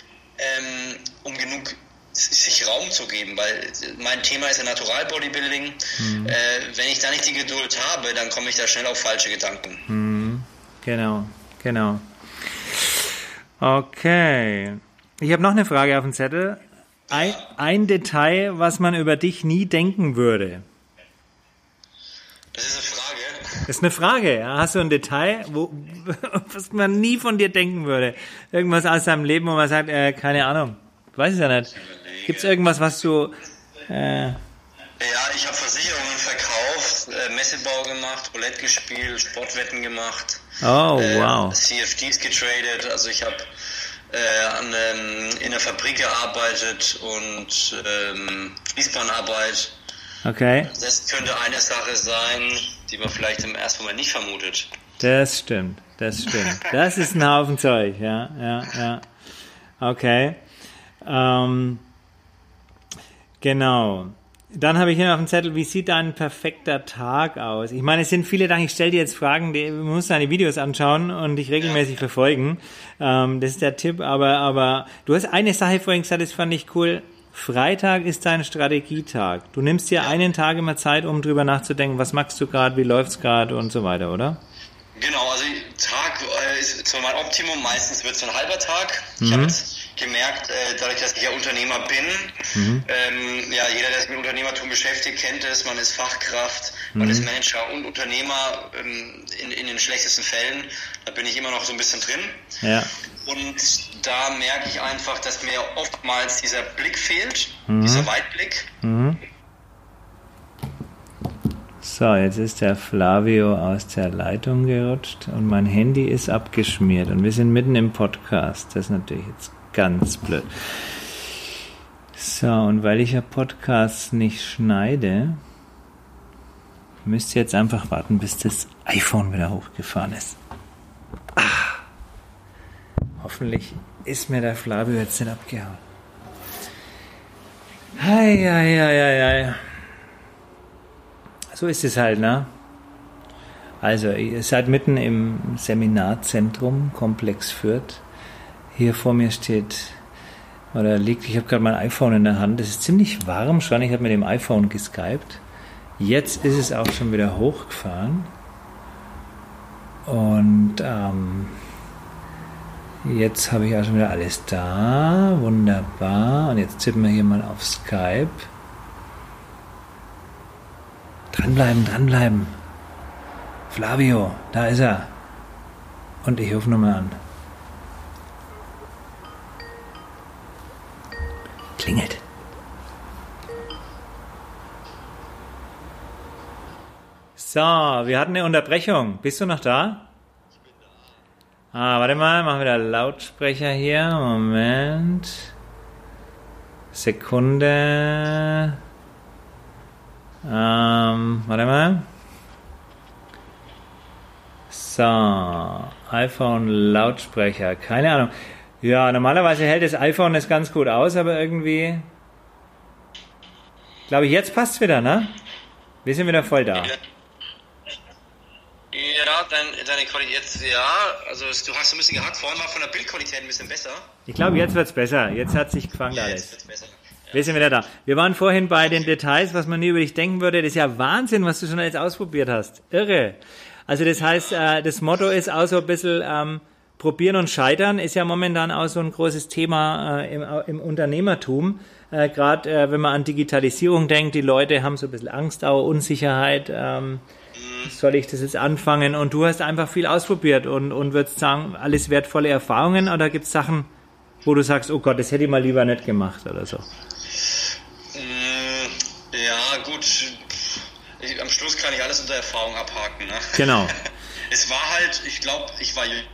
ähm, um genug sich Raum zu geben, weil mein Thema ist ja Natural Bodybuilding. Mhm. Äh, wenn ich da nicht die Geduld habe, dann komme ich da schnell auf falsche Gedanken. Mhm. Genau, genau. Okay. Ich habe noch eine Frage auf dem Zettel. Ein, ein Detail, was man über dich nie denken würde. Das ist eine Frage. Das ist eine Frage, ja. Hast du ein Detail, wo, was man nie von dir denken würde? Irgendwas aus deinem Leben, wo man sagt, äh, keine Ahnung. Ich weiß es ja nicht. Gibt es irgendwas, was du... Äh ja, ich habe Versicherungen verkauft, äh, Messebau gemacht, Roulette gespielt, Sportwetten gemacht. Oh, äh, wow. C F Ds getradet, also ich habe äh, an, ähm, in der Fabrik gearbeitet und ähm, Fließbandarbeit. Okay. Das könnte eine Sache sein, die man vielleicht im ersten Moment nicht vermutet. Das stimmt, das stimmt. Das ist ein Haufen Zeug, ja, ja, ja. Okay. Ähm, genau. Dann habe ich hier noch auf dem Zettel, wie sieht ein perfekter Tag aus? Ich meine, es sind viele Sachen, ich stelle dir jetzt Fragen, die, du musst deine Videos anschauen und dich regelmäßig verfolgen. Ähm, das ist der Tipp, aber, aber du hast eine Sache vorhin gesagt, das fand ich cool. Freitag ist dein Strategietag. Du nimmst dir einen Tag immer Zeit, um drüber nachzudenken, was machst du gerade, wie läuft's gerade und so weiter, oder? Genau, also Tag ist zu meinem Optimum, meistens wird es ein halber Tag. Mhm. Ich habe jetzt gemerkt, äh, dadurch, dass ich ja Unternehmer bin, mhm. ähm, ja, jeder, der sich mit Unternehmertum beschäftigt, kennt es, man ist Fachkraft, mhm. man ist Manager und Unternehmer ähm, in, in den schlechtesten Fällen, da bin ich immer noch so ein bisschen drin. Ja. Und da merke ich einfach, dass mir oftmals dieser Blick fehlt, mhm. dieser Weitblick. Mhm. So, jetzt ist der Flavio aus der Leitung gerutscht und mein Handy ist abgeschmiert und wir sind mitten im Podcast. Das ist natürlich jetzt ganz blöd. So, und weil ich ja Podcasts nicht schneide, müsst ihr jetzt einfach warten, bis das iPhone wieder hochgefahren ist. Ah, hoffentlich ist mir der Flavio jetzt nicht abgehauen. Hei, hei, hei, hei. So ist es halt, ne? Also, ihr seid mitten im Seminarzentrum, Komplex Fürth. Hier vor mir steht, oder liegt, ich habe gerade mein iPhone in der Hand. Es ist ziemlich warm schon, ich habe mit dem iPhone geskypt. Jetzt ist es auch schon wieder hochgefahren. Und ähm, jetzt habe ich auch schon wieder alles da. Wunderbar. Und jetzt tippen wir hier mal auf Skype. Dranbleiben, dranbleiben. Flavio, da ist er. Und ich rufe nochmal an. Klingelt. So, wir hatten eine Unterbrechung. Bist du noch da? Ich bin da. Ah, warte mal, machen wir da Lautsprecher hier. Moment. Sekunde. Ähm, warte mal. So, iPhone Lautsprecher, keine Ahnung. Ja, normalerweise hält das iPhone das ganz gut aus, aber irgendwie, glaube ich, jetzt passt's wieder, ne? Wir sind wieder voll da. Ja, dein, deine Qualität jetzt, ja, also du hast ein bisschen gehackt, vorhin war von der Bildqualität ein bisschen besser. Ich glaube, jetzt wird's besser, jetzt hat sich gefangen ja, alles. Jetzt wird's besser. Wir sind wieder da. Wir waren vorhin bei den Details, was man nie über dich denken würde. Das ist ja Wahnsinn, was du schon jetzt ausprobiert hast. Irre. Also das heißt, äh, das Motto ist auch so ein bisschen ähm, probieren und scheitern, ist ja momentan auch so ein großes Thema äh, im, im Unternehmertum. Äh, Gerade äh, wenn man an Digitalisierung denkt, die Leute haben so ein bisschen Angst, auch Unsicherheit. Ähm, soll ich das jetzt anfangen? Und du hast einfach viel ausprobiert und, und würdest sagen, alles wertvolle Erfahrungen, oder gibt es Sachen, wo du sagst, oh Gott, das hätte ich mal lieber nicht gemacht oder so? Ja, gut. Ich, am Schluss kann ich alles unter Erfahrung abhaken. Ne? Genau. Es war halt, ich glaube, ich war jung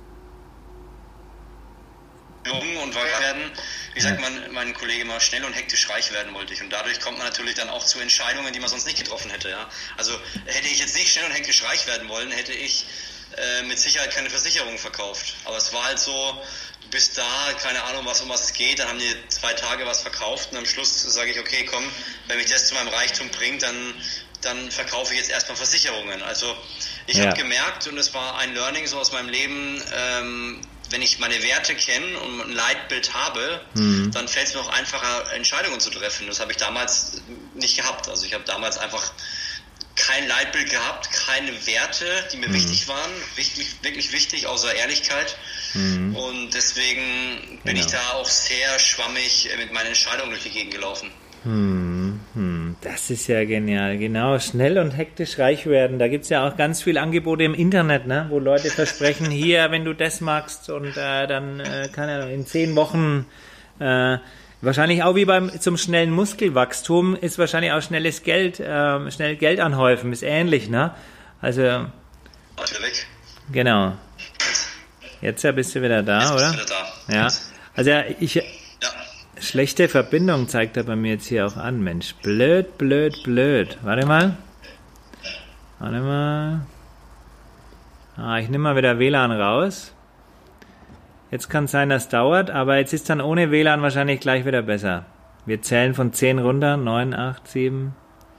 und war werden, wie sagt man, mein Kollege mal, schnell und hektisch reich werden wollte ich. Und dadurch kommt man natürlich dann auch zu Entscheidungen, die man sonst nicht getroffen hätte. Ja? Also hätte ich jetzt nicht schnell und hektisch reich werden wollen, hätte ich äh, mit Sicherheit keine Versicherung verkauft. Aber es war halt so, du bist da, keine Ahnung, was um was es geht, dann haben die zwei Tage was verkauft und am Schluss sage ich, okay, komm, wenn mich das zu meinem Reichtum bringt, dann, dann verkaufe ich jetzt erstmal Versicherungen. Also ich ja. habe gemerkt, und es war ein Learning so aus meinem Leben, ähm, wenn ich meine Werte kenne und ein Leitbild habe, mhm. dann fällt es mir auch einfacher, Entscheidungen zu treffen. Das habe ich damals nicht gehabt. Also ich habe damals einfach kein Leitbild gehabt, keine Werte, die mir mhm. wichtig waren, wichtig, wirklich wichtig, außer Ehrlichkeit. Mhm. Und deswegen bin genau. ich da auch sehr schwammig mit meinen Entscheidungen durch die Gegend gelaufen. Mhm. Das ist ja genial, genau, schnell und hektisch reich werden. Da gibt es ja auch ganz viele Angebote im Internet, ne, wo Leute versprechen, hier, wenn du das magst und äh, dann, äh, keine Ahnung, in zehn Wochen, äh, wahrscheinlich auch wie beim zum schnellen Muskelwachstum, ist wahrscheinlich auch schnelles Geld, äh, schnell Geld anhäufen, ist ähnlich, ne? Also, natürlich. Genau. Jetzt ja bist du wieder da, jetzt oder? Bist du wieder da. Ja. Also ja, ich... Ja. Schlechte Verbindung zeigt er bei mir jetzt hier auch an, Mensch. Blöd, blöd, blöd. Warte mal. Warte mal. Ah, ich nehme mal wieder W L A N raus. Jetzt kann es sein, das dauert, aber jetzt ist dann ohne W L A N wahrscheinlich gleich wieder besser. Wir zählen von zehn runter. neun, acht, sieben.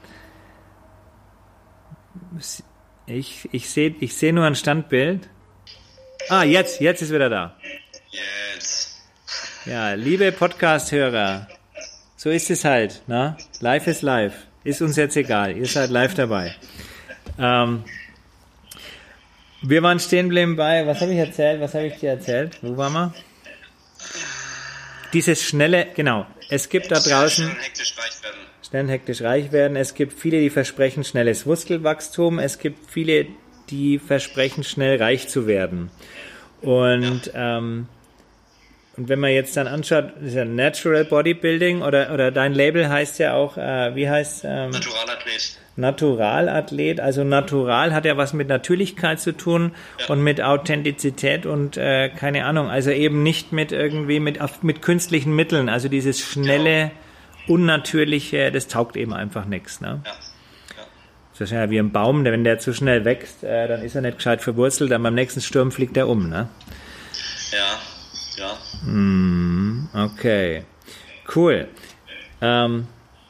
Ich, ich sehe ich seh nur ein Standbild. Ah, jetzt, jetzt ist wieder da. Jetzt. Ja, liebe Podcast-Hörer, so ist es halt, ne? Live ist live. Ist uns jetzt egal, ihr seid live dabei. Ähm, Wir waren stehen geblieben bei, was habe ich erzählt, was habe ich dir erzählt? Wo waren wir? Dieses schnelle, genau, es gibt da draußen... Schnell hektisch reich werden. Schnell hektisch reich werden. Es gibt viele, die versprechen schnelles Muskelwachstum. Es gibt viele, die versprechen, schnell reich zu werden. Und, ja. ähm, und wenn man jetzt dann anschaut, das ist ja Natural Bodybuilding oder, oder dein Label heißt ja auch, äh, wie heißt ähm, Naturalathlet. Naturalathlet. Also Natural hat ja was mit Natürlichkeit zu tun, ja. und mit Authentizität und äh, keine Ahnung. Also eben nicht mit irgendwie mit, mit künstlichen Mitteln. Also dieses schnelle, genau. unnatürliche, das taugt eben einfach nichts. Ne? Ja. Das ist ja wie ein Baum, wenn der zu schnell wächst, äh, dann ist er nicht gescheit verwurzelt, dann beim nächsten Sturm fliegt er um, ne? Ja, ja. Mm, okay, cool. Ähm,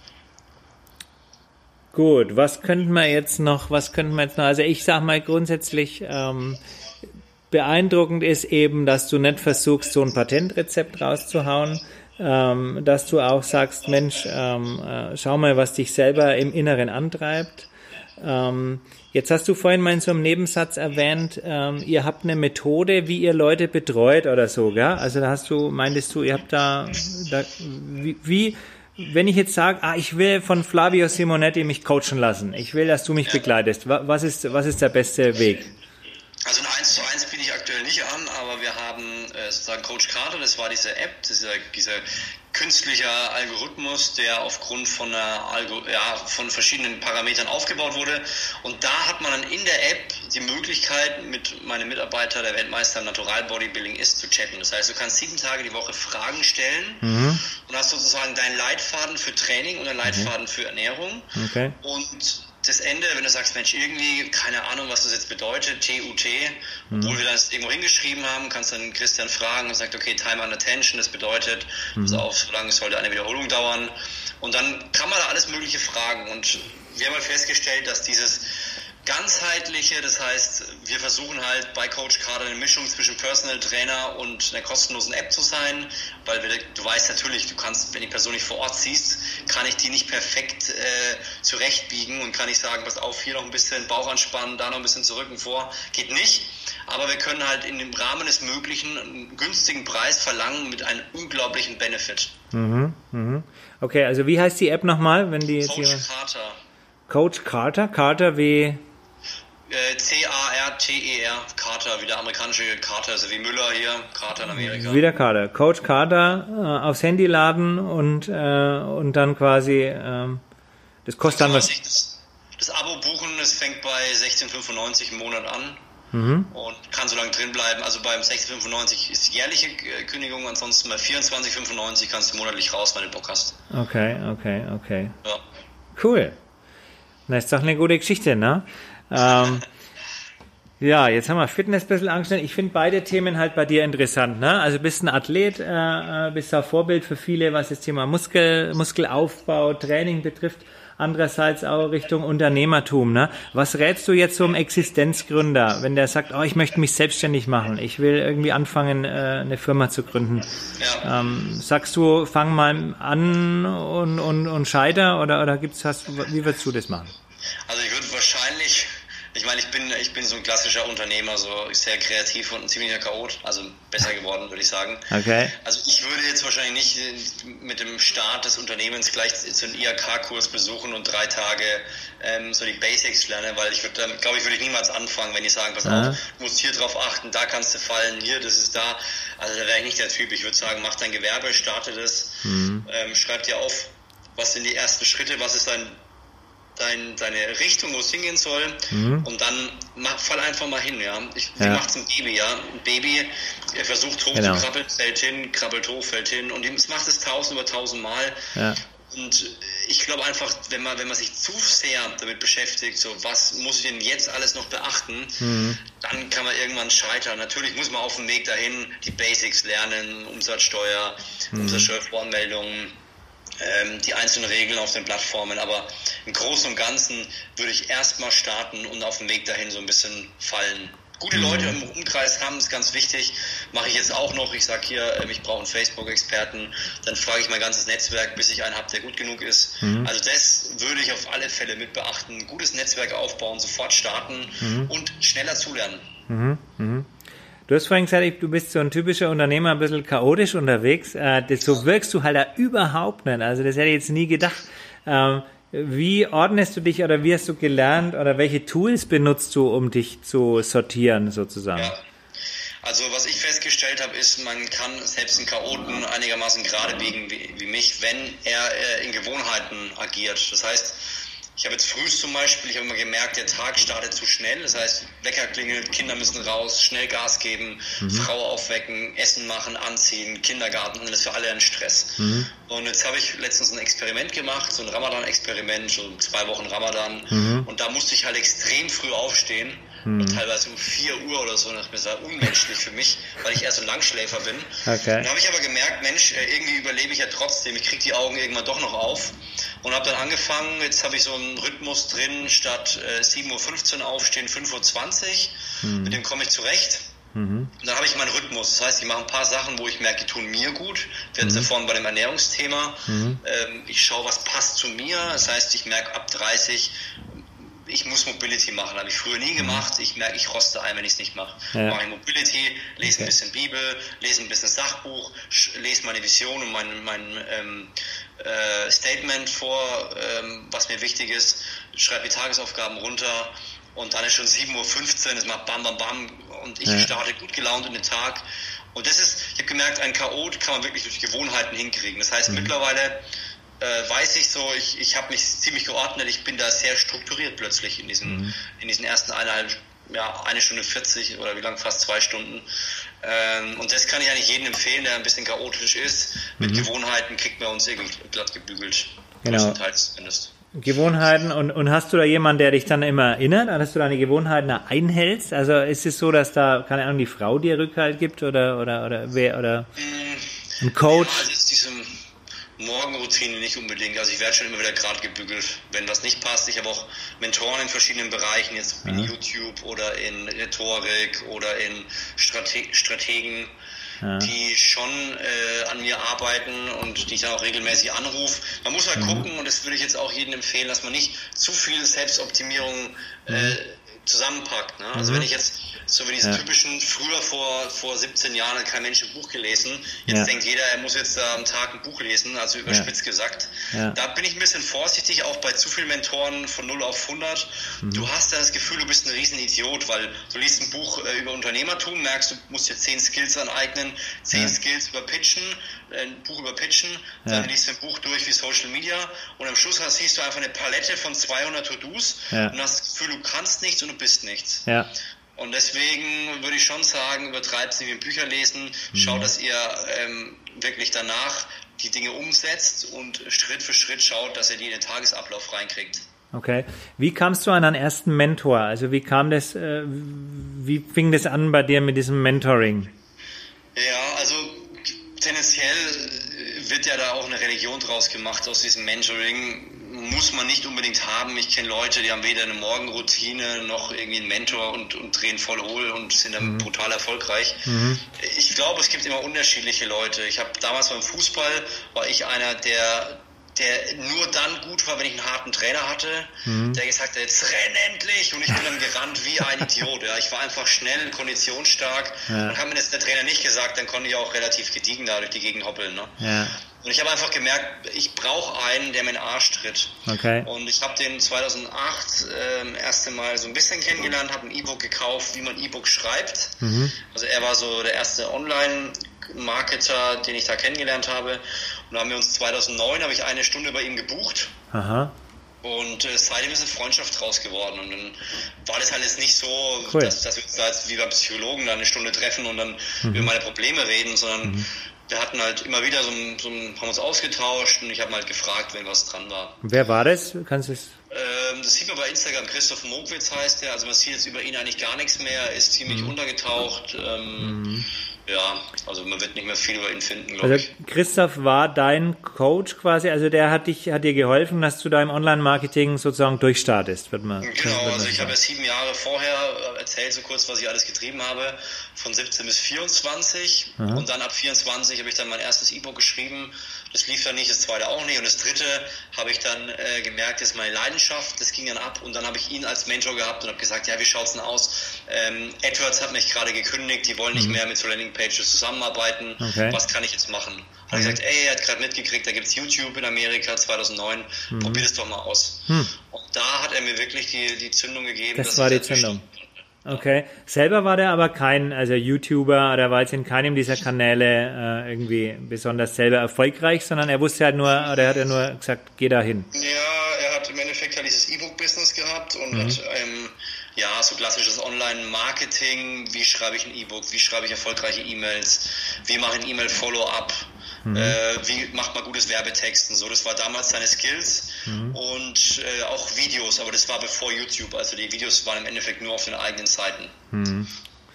gut, was könnten wir jetzt noch, was könnten wir jetzt noch, also ich sag mal grundsätzlich, ähm, beeindruckend ist eben, dass du nicht versuchst, so ein Patentrezept rauszuhauen, ähm, dass du auch sagst, Mensch, ähm, äh, schau mal, was dich selber im Inneren antreibt. Ähm, jetzt hast du vorhin mal in so einem Nebensatz erwähnt, ähm, ihr habt eine Methode, wie ihr Leute betreut oder so, gell? Also da hast du, meintest du, ihr habt da, da wie, wie, wenn ich jetzt sage, ah, ich will von Flavio Simonetti mich coachen lassen, ich will, dass du mich ja. begleitest, was ist, was ist der beste Weg? Also ein eins zu eins biete ich aktuell nicht an, aber wir haben äh, sozusagen Coach Carter, das war diese App, dieser, dieser künstlicher Algorithmus, der aufgrund von, einer Algo, ja, von verschiedenen Parametern aufgebaut wurde. Und da hat man dann in der App die Möglichkeit, mit meinem Mitarbeiter, der Weltmeister im Natural Bodybuilding ist, zu chatten. Das heißt, du kannst sieben Tage die Woche Fragen stellen mhm. und hast sozusagen deinen Leitfaden für Training und einen Leitfaden mhm. für Ernährung. Okay. Und das Ende, wenn du sagst, Mensch, irgendwie, keine Ahnung, was das jetzt bedeutet, T U T, mhm. obwohl wir das irgendwo hingeschrieben haben, kannst dann Christian fragen und sagt, okay, Time on Attention, das bedeutet, mhm. also auch so lange sollte eine Wiederholung dauern. Und dann kann man da alles Mögliche fragen. Und wir haben halt festgestellt, dass dieses ganzheitliche, das heißt, wir versuchen halt bei Coach Carter eine Mischung zwischen Personal Trainer und einer kostenlosen App zu sein, weil wir, du weißt natürlich, du kannst, wenn die Person nicht vor Ort siehst, kann ich die nicht perfekt äh, zurechtbiegen und kann nicht sagen, pass auf, hier noch ein bisschen Bauch anspannen, da noch ein bisschen zurück und vor, geht nicht. Aber wir können halt in dem Rahmen des Möglichen einen günstigen Preis verlangen mit einem unglaublichen Benefit. Mhm, mhm. Okay, also wie heißt die App nochmal? Wenn die Coach jetzt Carter. Coach Carter? Carter wie... C A R T E R, Carter, wie der amerikanische Carter, also wie Müller hier, Carter in Amerika. Wieder Carter. Coach Carter äh, aufs Handy laden und, äh, und dann quasi, ähm, das kostet dann was. Das, das Abo buchen, das fängt bei sechzehn fünfundneunzig im Monat an mhm. und kann so lange drin bleiben. Also beim sechzehn fünfundneunzig ist jährliche Kündigung, ansonsten bei vierundzwanzig fünfundneunzig kannst du monatlich raus, wenn du Bock hast. Okay, okay, okay. Ja. Cool. Das ist doch eine gute Geschichte, ne? ähm, ja, jetzt haben wir Fitness ein bisschen angestellt. Ich finde beide Themen halt bei dir interessant, ne? Also bist ein Athlet, äh, bist ein Vorbild für viele, was das Thema Muskel, Muskelaufbau, Training betrifft. Andererseits auch Richtung Unternehmertum, ne? Was rätst du jetzt so einem Existenzgründer, wenn der sagt, oh, ich möchte mich selbstständig machen, ich will irgendwie anfangen, äh, eine Firma zu gründen? Ja. Ähm, sagst du, fang mal an und, und, und scheiter oder, oder gibt's, hast, wie würdest du das machen? Also ich würde wahrscheinlich, ich meine, ich bin ich bin so ein klassischer Unternehmer, so sehr kreativ und ein ziemlicher Chaot, also besser geworden, würde ich sagen. Okay. Also ich würde jetzt wahrscheinlich nicht mit dem Start des Unternehmens gleich so einen I H K-Kurs besuchen und drei Tage ähm, so die Basics lernen, weil ich würde, dann glaube ich, würde ich niemals anfangen, wenn die sagen, pass ja. auf, du musst hier drauf achten, da kannst du fallen, hier, das ist da. Also da wäre ich nicht der Typ. Ich würde sagen, mach dein Gewerbe, starte das, mhm. ähm, schreib dir auf, was sind die ersten Schritte, was ist dein Dein, deine Richtung, wo es hingehen soll, mhm. und dann mach, fall einfach mal hin, ja. Ich, ja. Wie macht's ein Baby, ja? Ein Baby, er versucht hoch genau. zu krabbeln, fällt hin, krabbelt hoch, fällt hin, und es macht es tausend über tausend Mal. Ja. Und ich glaube einfach, wenn man, wenn man sich zu sehr damit beschäftigt, so was muss ich denn jetzt alles noch beachten, mhm. dann kann man irgendwann scheitern. Natürlich muss man auf dem Weg dahin die Basics lernen, Umsatzsteuer, mhm. Umsatzsteuervoranmeldungen, die einzelnen Regeln auf den Plattformen, aber im Großen und Ganzen würde ich erstmal starten und auf dem Weg dahin so ein bisschen fallen. Gute Leute im Umkreis haben, ist ganz wichtig, mache ich jetzt auch noch. Ich sage hier, ich brauche einen Facebook-Experten, dann frage ich mein ganzes Netzwerk, bis ich einen habe, der gut genug ist. Mhm. Also das würde ich auf alle Fälle mit beachten. Gutes Netzwerk aufbauen, sofort starten mhm. und schneller zulernen. Mhm, mhm. Du hast vorhin gesagt, du bist so ein typischer Unternehmer, ein bisschen chaotisch unterwegs. Äh, das, so wirkst du halt da überhaupt nicht. Also das hätte ich jetzt nie gedacht. Ähm, wie ordnest du dich oder wie hast du gelernt oder welche Tools benutzt du, um dich zu sortieren sozusagen? Ja. Also was ich festgestellt habe, ist, man kann selbst einen Chaoten einigermaßen gerade biegen wie, wie mich, wenn er äh, in Gewohnheiten agiert. Das heißt, ich habe jetzt früh zum Beispiel, ich habe immer gemerkt, der Tag startet zu schnell. Das heißt, Wecker klingelt, Kinder müssen raus, schnell Gas geben, mhm. Frau aufwecken, Essen machen, anziehen, Kindergarten, und das ist für alle ein Stress. Mhm. Und jetzt habe ich letztens ein Experiment gemacht, so ein Ramadan-Experiment, so zwei Wochen Ramadan. Mhm. Und da musste ich halt extrem früh aufstehen. Mhm. Teilweise um vier Uhr oder so, das ist unmenschlich für mich, weil ich eher so ein Langschläfer bin. Okay. Dann habe ich aber gemerkt, Mensch, irgendwie überlebe ich ja trotzdem, ich kriege die Augen irgendwann doch noch auf und habe dann angefangen, jetzt habe ich so einen Rhythmus drin, statt äh, sieben Uhr fünfzehn aufstehen, fünf Uhr zwanzig, mhm. mit dem komme ich zurecht. Mhm. Und dann habe ich meinen Rhythmus, das heißt, ich mache ein paar Sachen, wo ich merke, die tun mir gut. Wir hatten es ja vorhin bei dem Ernährungsthema. Mhm. Ähm, ich schaue, was passt zu mir, das heißt, ich merke ab dreißig, ich muss Mobility machen, habe ich früher nie gemacht. Ich merke, ich roste ein, wenn ich es nicht mache. Ja. Mache ich Mobility, lese okay. ein bisschen Bibel, lese ein bisschen Sachbuch, lese meine Vision und mein, mein ähm, äh, Statement vor, ähm, was mir wichtig ist, schreibe die Tagesaufgaben runter und dann ist schon sieben Uhr fünfzehn, es macht bam, bam, bam und ich ja. starte gut gelaunt in den Tag. Und das ist, ich habe gemerkt, ein Chaot kann man wirklich durch Gewohnheiten hinkriegen. Das heißt, mhm. mittlerweile Äh, weiß ich so, ich, ich habe mich ziemlich geordnet, ich bin da sehr strukturiert plötzlich in diesen, mhm. in diesen ersten eineinhalb, ja, eine Stunde vierzig oder wie lang, fast zwei Stunden. Ähm, und das kann ich eigentlich jedem empfehlen, der ein bisschen chaotisch ist. Mit mhm. Gewohnheiten kriegt man uns irgendwie glatt gebügelt. Genau. Zumindest. Gewohnheiten, und, und hast du da jemanden, der dich dann immer erinnert, dass du deine Gewohnheiten da einhältst? Also ist es so, dass da, keine Ahnung, die Frau dir Rückhalt gibt oder, oder, oder wer, oder ein Coach? Ja, also ist diese Morgenroutine nicht unbedingt. Also ich werde schon immer wieder gerade gebügelt, wenn was nicht passt. Ich habe auch Mentoren in verschiedenen Bereichen, jetzt in ja. YouTube oder in Rhetorik oder in Strate- Strategen, ja. die schon äh, an mir arbeiten und die ich dann auch regelmäßig anrufe. Man muss halt mhm. gucken, und das würde ich jetzt auch jedem empfehlen, dass man nicht zu viel Selbstoptimierung äh, mhm. zusammenpackt. Ne? Also mhm. wenn ich jetzt so wie diese ja. typischen, früher vor, vor siebzehn Jahren hat kein Mensch ein Buch gelesen. Jetzt ja. denkt jeder, er muss jetzt da am Tag ein Buch lesen, also überspitzt ja. gesagt. Ja. Da bin ich ein bisschen vorsichtig, auch bei zu vielen Mentoren von null auf hundert. Mhm. Du hast dann das Gefühl, du bist ein Riesenidiot, weil du liest ein Buch äh, über Unternehmertum, merkst, du musst dir zehn Skills aneignen, zehn ja. Skills über Pitchen, äh, ein Buch über Pitchen, ja. dann liest du ein Buch durch wie Social Media und am Schluss hast, siehst du einfach eine Palette von zweihundert To-Dos ja. und hast das Gefühl, du kannst nichts und du bist nichts. Ja. Und deswegen würde ich schon sagen, übertreibt es nicht mit Bücher lesen, mhm. schaut, dass ihr ähm, wirklich danach die Dinge umsetzt und Schritt für Schritt schaut, dass ihr die in den Tagesablauf reinkriegt. Okay. Wie kamst du an deinen ersten Mentor? Also wie kam das, äh, wie fing das an bei dir mit diesem Mentoring? Ja, also tendenziell wird ja da auch eine Religion draus gemacht aus diesem Mentoring. Muss man nicht unbedingt haben. Ich kenne Leute, die haben weder eine Morgenroutine noch irgendwie einen Mentor und, und drehen voll hohl und sind dann mhm. brutal erfolgreich. Mhm. Ich glaube, es gibt immer unterschiedliche Leute. Ich habe damals beim Fußball, war ich einer, der der nur dann gut war, wenn ich einen harten Trainer hatte, mhm. der gesagt hat, jetzt renn endlich, und ich bin dann gerannt wie ein Idiot. Ja. Ich war einfach schnell, konditionsstark, ja. und hat mir das der Trainer nicht gesagt, dann konnte ich auch relativ gediegen da durch die Gegend hoppeln. Ne? Ja. Und ich habe einfach gemerkt, ich brauche einen, der mir in den Arsch tritt. Okay. Und ich habe den zweitausendacht ähm, erste Mal so ein bisschen kennengelernt, habe ein E-Book gekauft, wie man E-Book schreibt. Mhm. Also er war so der erste Online-Marketer, den ich da kennengelernt habe. Und da haben wir uns zweitausendneun, habe ich eine Stunde bei ihm gebucht. Aha. Und äh, seitdem ist eine Freundschaft draus geworden. Und dann war das halt jetzt nicht so, cool. dass, dass wir uns da jetzt wie beim Psychologen da eine Stunde treffen und dann mhm. über meine Probleme reden, sondern mhm. wir hatten halt immer wieder so ein, so ein, haben uns ausgetauscht, und ich habe halt gefragt, wenn was dran war. Wer war das? Kannst du es? Ähm, das sieht man bei Instagram, Christoph Mogwitz heißt der, also man sieht jetzt über ihn eigentlich gar nichts mehr, er ist ziemlich mhm. untergetaucht. Ähm, mhm. Ja, also man wird nicht mehr viel über ihn finden, glaube also ich. Christoph war dein Coach quasi, also der hat dich, hat dir geholfen, dass du da im Online-Marketing sozusagen durchstartest, wird man. Genau, wird man also ich habe ja sieben Jahre vorher erzählt, so kurz, was ich alles getrieben habe, von siebzehn bis vierundzwanzig. Aha. Und dann ab vierundzwanzig habe ich dann mein erstes E-Book geschrieben. Das lief dann nicht, das zweite auch nicht. Und das dritte habe ich dann äh, gemerkt, das ist meine Leidenschaft, das ging dann ab. Und dann habe ich ihn als Mentor gehabt und habe gesagt, ja, wie schaut's denn aus? Ähm, AdWords hat mich gerade gekündigt, die wollen nicht mhm. mehr mit so Landingpages zusammenarbeiten. Okay. Was kann ich jetzt machen? Hat mhm. gesagt, ey, er hat gerade mitgekriegt, da gibt's YouTube in Amerika zweitausendneun, mhm. probier das doch mal aus. Mhm. Und da hat er mir wirklich die, die Zündung gegeben. Das war die Zündung. Okay. Selber war der aber kein, also YouTuber, oder war jetzt in keinem dieser Kanäle äh, irgendwie besonders selber erfolgreich, sondern er wusste halt nur, oder er hat ja nur gesagt, geh da hin. Ja, er hat im Endeffekt halt dieses E-Book-Business gehabt und mhm. hat ähm, ja so klassisches Online-Marketing, wie schreibe ich ein E-Book, wie schreibe ich erfolgreiche E-Mails, wie mache ich ein E-Mail-Follow-up, mhm. äh, wie macht man gutes Werbetexten, so, das war damals seine Skills. Mhm. Und äh, auch Videos, aber das war bevor YouTube, also die Videos waren im Endeffekt nur auf den eigenen Seiten. Mhm.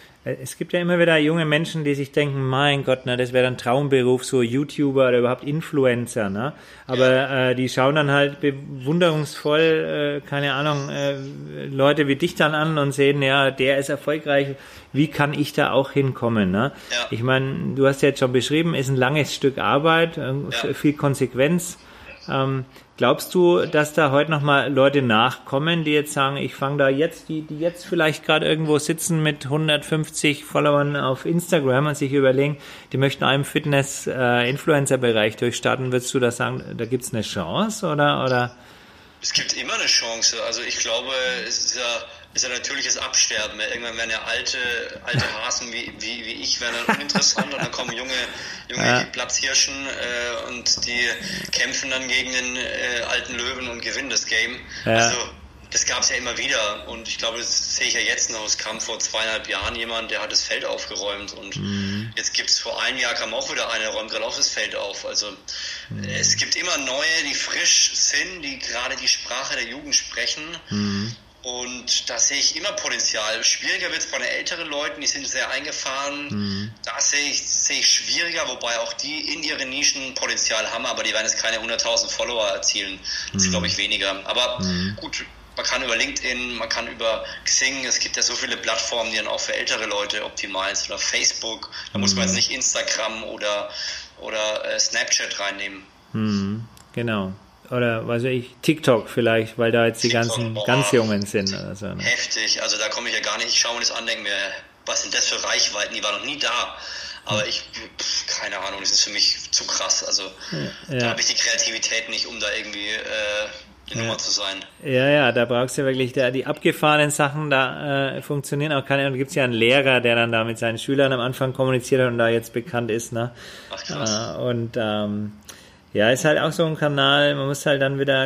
Es gibt ja immer wieder junge Menschen, die sich denken, mein Gott, ne, das wäre ein Traumberuf, so YouTuber oder überhaupt Influencer, ne? Aber ja. äh, die schauen dann halt bewunderungsvoll, äh, keine Ahnung, äh, Leute wie dich dann an und sehen, ja, der ist erfolgreich, wie kann ich da auch hinkommen, ne? Ja. Ich meine, du hast ja jetzt schon beschrieben, ist ein langes Stück Arbeit, äh, ja. viel Konsequenz. Ähm, glaubst du, dass da heute nochmal Leute nachkommen, die jetzt sagen, ich fange da jetzt, die, die jetzt vielleicht gerade irgendwo sitzen mit hundertfünfzig Followern auf Instagram und sich überlegen, die möchten einen Fitness-Influencer-Bereich durchstarten, würdest du da sagen, da gibt es eine Chance oder, oder? Es gibt immer eine Chance. Also ich glaube, es ist ja, ist ja natürliches Absterben. Irgendwann werden ja alte, alte Hasen wie, wie, wie ich werden dann uninteressant und dann kommen junge, junge ja. Platzhirschen äh, und die kämpfen dann gegen den äh, alten Löwen und gewinnen das Game. Ja. Also das gab es ja immer wieder und ich glaube, das sehe ich ja jetzt noch. Es kam vor zweieinhalb Jahren jemand, der hat das Feld aufgeräumt und mhm. jetzt gibt es vor einem Jahr kam auch wieder einer, der räumt gerade auch das Feld auf. Also mhm. es gibt immer neue, die frisch sind, die gerade die Sprache der Jugend sprechen. Mhm. Und da sehe ich immer Potenzial. Schwieriger wird es bei den älteren Leuten, die sind sehr eingefahren. Mhm. Da sehe ich, sehe ich schwieriger, wobei auch die in ihren Nischen Potenzial haben, aber die werden jetzt keine hunderttausend Follower erzielen. Das mhm. ist, glaube ich, weniger. Aber mhm. gut, man kann über LinkedIn, man kann über Xing, es gibt ja so viele Plattformen, die dann auch für ältere Leute optimal sind, oder Facebook. Da mhm. muss man jetzt nicht Instagram oder, oder äh, Snapchat reinnehmen. Mhm. Genau. Oder, weiß ich, TikTok vielleicht, weil da jetzt die TikTok, ganzen boah, ganz Jungen sind. Oder so, ne? Heftig, also da komme ich ja gar nicht, ich schaue mir das an, denke mir, was sind das für Reichweiten, die waren noch nie da. Aber ich, pff, keine Ahnung, das ist für mich zu krass. Also ja, da habe ich die Kreativität nicht, um da irgendwie äh, die ja. Nummer zu sein. Ja, ja, da brauchst du wirklich, da, die abgefahrenen Sachen, da äh, funktionieren auch keine. Da gibt es ja einen Lehrer, der dann da mit seinen Schülern am Anfang kommuniziert hat und da jetzt bekannt ist. Ne? Ach krass. Äh, und ähm, ja, ist halt auch so ein Kanal, man muss halt dann wieder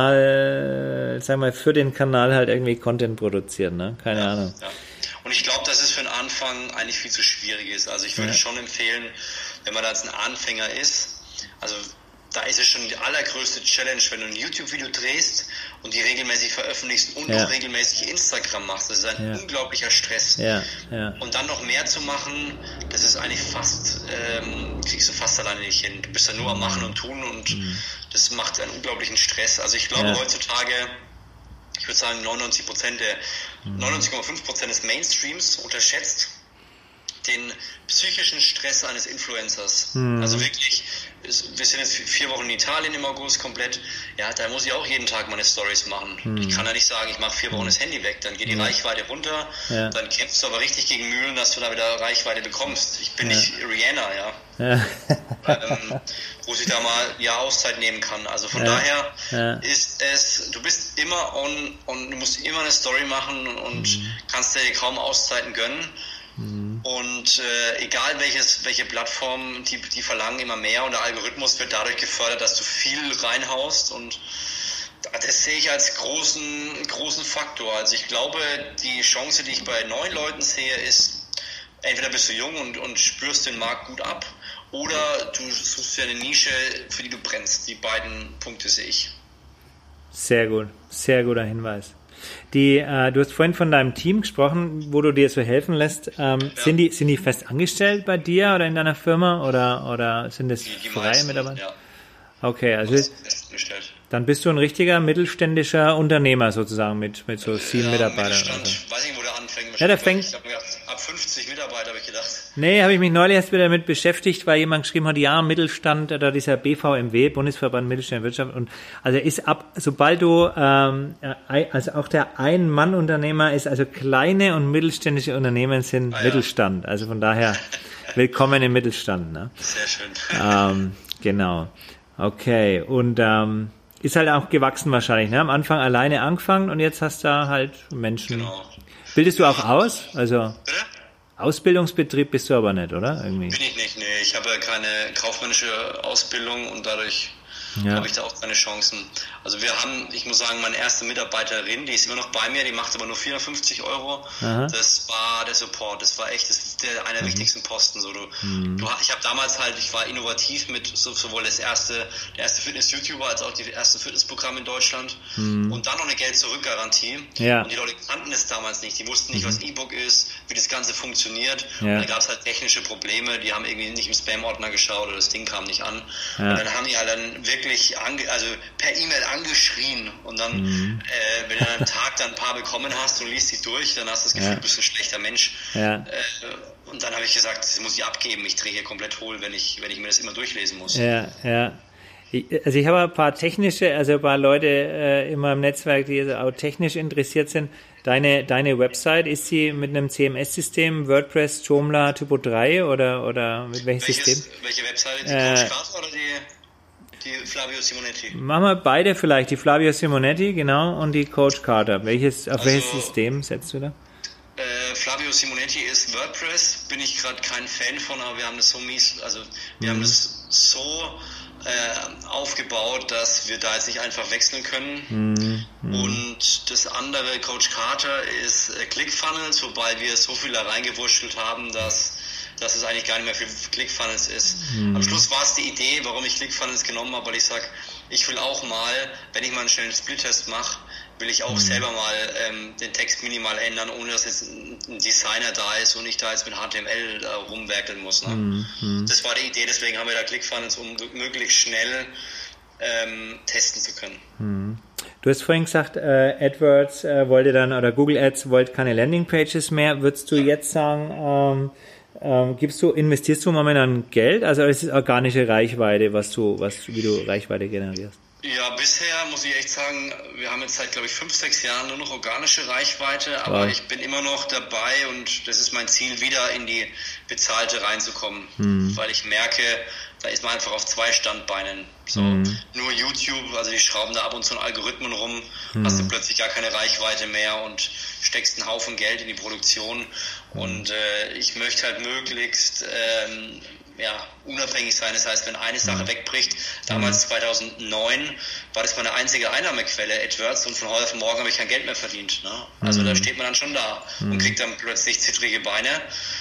Kanal, sagen wir, für den Kanal halt irgendwie Content produzieren, ne? Keine ja, Ahnung. Ja. Und ich glaube, dass es für den Anfang eigentlich viel zu schwierig ist. Also ich würde ja. schon empfehlen, wenn man da jetzt ein Anfänger ist, also da ist es schon die allergrößte Challenge, wenn du ein YouTube-Video drehst und die regelmäßig veröffentlichst und ja. noch regelmäßig Instagram machst. Das ist ein ja. unglaublicher Stress. Ja. Ja. Und dann noch mehr zu machen, das ist eigentlich fast, ähm, kriegst du fast alleine nicht hin. Du bist ja nur am Machen und Tun und mhm. das macht einen unglaublichen Stress. Also ich glaube ja. heutzutage, ich würde sagen neunundneunzig Prozent der, mhm. neunundneunzig Komma fünf Prozent des Mainstreams unterschätzt den psychischen Stress eines Influencers. Mhm. Also wirklich, wir sind jetzt vier Wochen in Italien im August komplett, ja, da muss ich auch jeden Tag meine Stories machen. Mhm. Ich kann ja nicht sagen, ich mache vier Wochen das Handy weg, dann geht die mhm. Reichweite runter, ja. dann kämpfst du aber richtig gegen Mühlen, dass du da wieder Reichweite bekommst. Ich bin ja. nicht Rihanna, ja. ja. ähm, wo ich da mal ja Auszeit nehmen kann. Also von ja. daher ja. ist es, du bist immer on und du musst immer eine Story machen und mhm. kannst dir kaum Auszeiten gönnen. Und äh, egal welches, welche Plattform, die, die verlangen immer mehr und der Algorithmus wird dadurch gefördert, dass du viel reinhaust und das sehe ich als großen, großen Faktor. Also ich glaube, die Chance, die ich bei neuen Leuten sehe, ist, entweder bist du jung und, und spürst den Markt gut ab oder du suchst dir eine Nische, für die du brennst. Die beiden Punkte sehe ich. Sehr gut, sehr guter Hinweis. Die, äh, du hast vorhin von deinem Team gesprochen, wo du dir so helfen lässt. Ähm, ja. Sind die, sind die fest angestellt bei dir oder in deiner Firma oder, oder sind das die, die freie Mitarbeiter? Ja. Okay, also dann bist du ein richtiger mittelständischer Unternehmer sozusagen mit, mit so sieben ja, Mitarbeitern. Also. Weiß nicht, wo der anfängt. Ja, der fängt. Ich habe ab fünfzig Mitarbeiter, habe ich gedacht. Nee, habe ich mich neulich erst wieder damit beschäftigt, weil jemand geschrieben hat, ja, Mittelstand, oder dieser B V M W, Bundesverband Mittelstand Wirtschaft, und also ist ab, sobald du, ähm, also auch der Ein-Mann-Unternehmer ist, also kleine und mittelständische Unternehmen sind ah, Mittelstand, ja. Also von daher willkommen im Mittelstand. Ne? Sehr schön. Ähm, genau, okay, und ähm, ist halt auch gewachsen wahrscheinlich, ne? Am Anfang alleine angefangen und jetzt hast du da halt Menschen. Genau. Bildest du auch aus? Also Bitte? Ausbildungsbetrieb bist du aber nicht, oder? Irgendwie. Bin ich nicht, nee. Ich habe keine kaufmännische Ausbildung und dadurch ja. habe ich da auch keine Chancen. Also wir haben, ich muss sagen, meine erste Mitarbeiterin, die ist immer noch bei mir, die macht aber nur vierhundertfünfzig Euro. Aha. Das war der Support, das war echt, das ist der, einer der mhm. wichtigsten Posten. So, du, mhm. du, ich habe damals halt, ich war innovativ mit so, sowohl das erste, der erste Fitness-YouTuber als auch die erste Fitnessprogramm in Deutschland mhm. und dann noch eine Geld-Zurück-Garantie. Ja. Und die Leute kannten es damals nicht, die wussten nicht, mhm. was E-Book ist, wie das Ganze funktioniert. Ja. Und da gab es halt technische Probleme, die haben irgendwie nicht im Spam-Ordner geschaut oder das Ding kam nicht an. Ja. Und dann haben die halt dann wirklich ange, also per E-Mail angeschrien und dann, mhm. äh, wenn du an einem Tag dann ein paar bekommen hast und liest die durch, dann hast du das Gefühl, ja. du bist ein schlechter Mensch. Ja. Äh, und dann habe ich gesagt, das muss ich abgeben, ich drehe hier komplett hohl, wenn ich, wenn ich mir das immer durchlesen muss. Ja, ja. Ich, also ich habe ein paar technische, also ein paar Leute äh, in meinem Netzwerk, die also auch technisch interessiert sind. Deine, deine Website, ist sie mit einem C M S-System, WordPress, Joomla, Typo drei oder, oder mit welchem Welches, System? Welche Website? Die äh, Coach Carter oder die, die Flavio Simonetti? Machen wir beide vielleicht, die Flavio Simonetti, genau, und die Coach Carter. Welches, auf also, welches System setzt du da? Äh, Flavio Simonetti ist WordPress, bin ich gerade kein Fan von, aber wir haben das so mies, also wir mhm. haben das so äh, aufgebaut, dass wir da jetzt nicht einfach wechseln können. Mhm. Mhm. Und das andere, Coach Carter, ist äh, ClickFunnels, wobei wir so viel da reingewurschtelt haben, dass dass es eigentlich gar nicht mehr für ClickFunnels ist. Mhm. Am Schluss war es die Idee, warum ich ClickFunnels genommen habe, weil ich sage, ich will auch mal, wenn ich mal einen schnellen Split-Test mache, will ich auch mhm. selber mal ähm, den Text minimal ändern, ohne dass jetzt ein, ein Designer da ist und ich da jetzt mit H T M L da rumwerkeln muss. Ne? Mhm. Das war die Idee, deswegen haben wir da ClickFunnels, um möglichst schnell ähm, testen zu können. Mhm. Du hast vorhin gesagt, äh, AdWords äh, wollte dann, oder Google Ads wollte keine Landingpages mehr. Würdest du ja. jetzt sagen, ähm, ähm, gibst du, investierst du momentan Geld? Also ist es organische Reichweite, was du, was, wie du Reichweite generierst? Ja, bisher muss ich echt sagen, wir haben jetzt seit, glaube ich, fünf, sechs Jahren nur noch organische Reichweite, aber wow. ich bin immer noch dabei und das ist mein Ziel, wieder in die bezahlte reinzukommen, hm. weil ich merke, da ist man einfach auf zwei Standbeinen. So hm. nur YouTube, also die schrauben da ab und zu in Algorithmen rum, hm. hast du plötzlich gar keine Reichweite mehr und steckst einen Haufen Geld in die Produktion hm. und äh, ich möchte halt möglichst ähm, ja, unabhängig sein. Das heißt, wenn eine Sache wegbricht, damals zweitausendneun war das meine einzige Einnahmequelle, AdWords, und von heute auf morgen habe ich kein Geld mehr verdient. Ne? Also mhm. da steht man dann schon da mhm. und kriegt dann plötzlich zittrige Beine.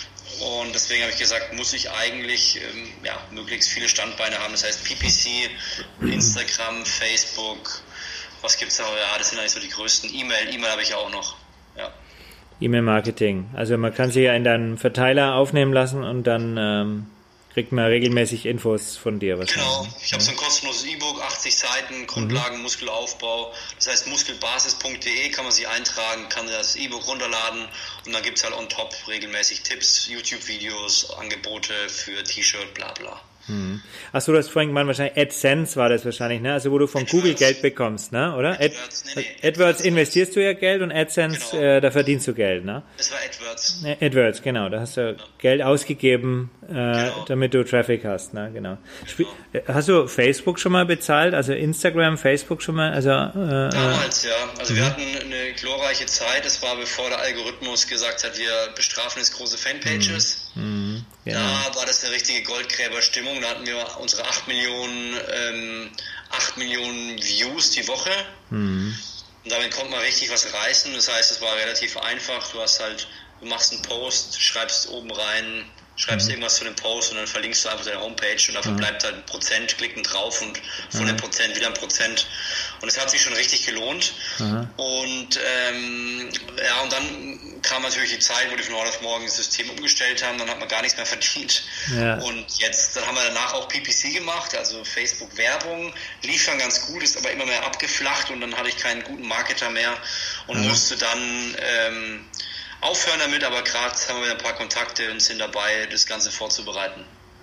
Und deswegen habe ich gesagt, muss ich eigentlich ähm, ja, möglichst viele Standbeine haben. Das heißt P P C, Instagram, Facebook, was gibt's da? Ja, das sind eigentlich so die größten. E-Mail, E-Mail habe ich auch noch. Ja. E-Mail-Marketing. Also man kann sich ja in deinen Verteiler aufnehmen lassen und dann ähm kriegt man regelmäßig Infos von dir. Was genau, ich habe so ein kostenloses E-Book, achtzig Seiten, Grundlagen, mhm. Muskelaufbau. Das heißt, muskelbasis punkt de kann man sich eintragen, kann das E-Book runterladen und dann gibt es halt on top regelmäßig Tipps, YouTube-Videos, Angebote für T-Shirt, bla bla. Hm. Achso, du hast vorhin gemeint, wahrscheinlich AdSense war das wahrscheinlich, ne? Also wo du von AdWords. Google Geld bekommst, ne? Oder? AdWords, nee, nee. AdWords investierst du ja Geld und AdSense, genau. äh, da verdienst du Geld, ne? Das war AdWords. AdWords, genau. Da hast du ja. Geld ausgegeben, äh, genau. damit du Traffic hast, ne? Genau. genau. Hast du Facebook schon mal bezahlt? Also Instagram, Facebook schon mal? Also, äh, Damals, ja. Also mhm. wir hatten eine glorreiche Zeit. Das war, bevor der Algorithmus gesagt hat, wir bestrafen jetzt große Fanpages. Mhm. Genau. Da war das eine richtige Goldgräberstimmung. Da hatten wir unsere acht Millionen, ähm, acht Millionen Views die Woche. Mhm. Und damit konnte man richtig was reißen. Das heißt, es war relativ einfach. Du hast halt, du machst einen Post, schreibst oben rein, schreibst mhm. irgendwas zu dem Post und dann verlinkst du einfach deine Homepage und davon mhm. bleibt halt ein Prozent, klicken drauf und von mhm. dem Prozent wieder ein Prozent. Und es hat sich schon richtig gelohnt. Mhm. Und ähm, ja, und dann kam natürlich die Zeit, wo die von heute auf morgen das System umgestellt haben, dann hat man gar nichts mehr verdient. Ja. Und jetzt, dann haben wir danach auch P P C gemacht, also Facebook-Werbung, lief dann ganz gut, ist aber immer mehr abgeflacht und dann hatte ich keinen guten Marketer mehr und mhm. musste dann ähm, aufhören damit, aber gerade haben wir ein paar Kontakte und sind dabei, das Ganze vorzubereiten.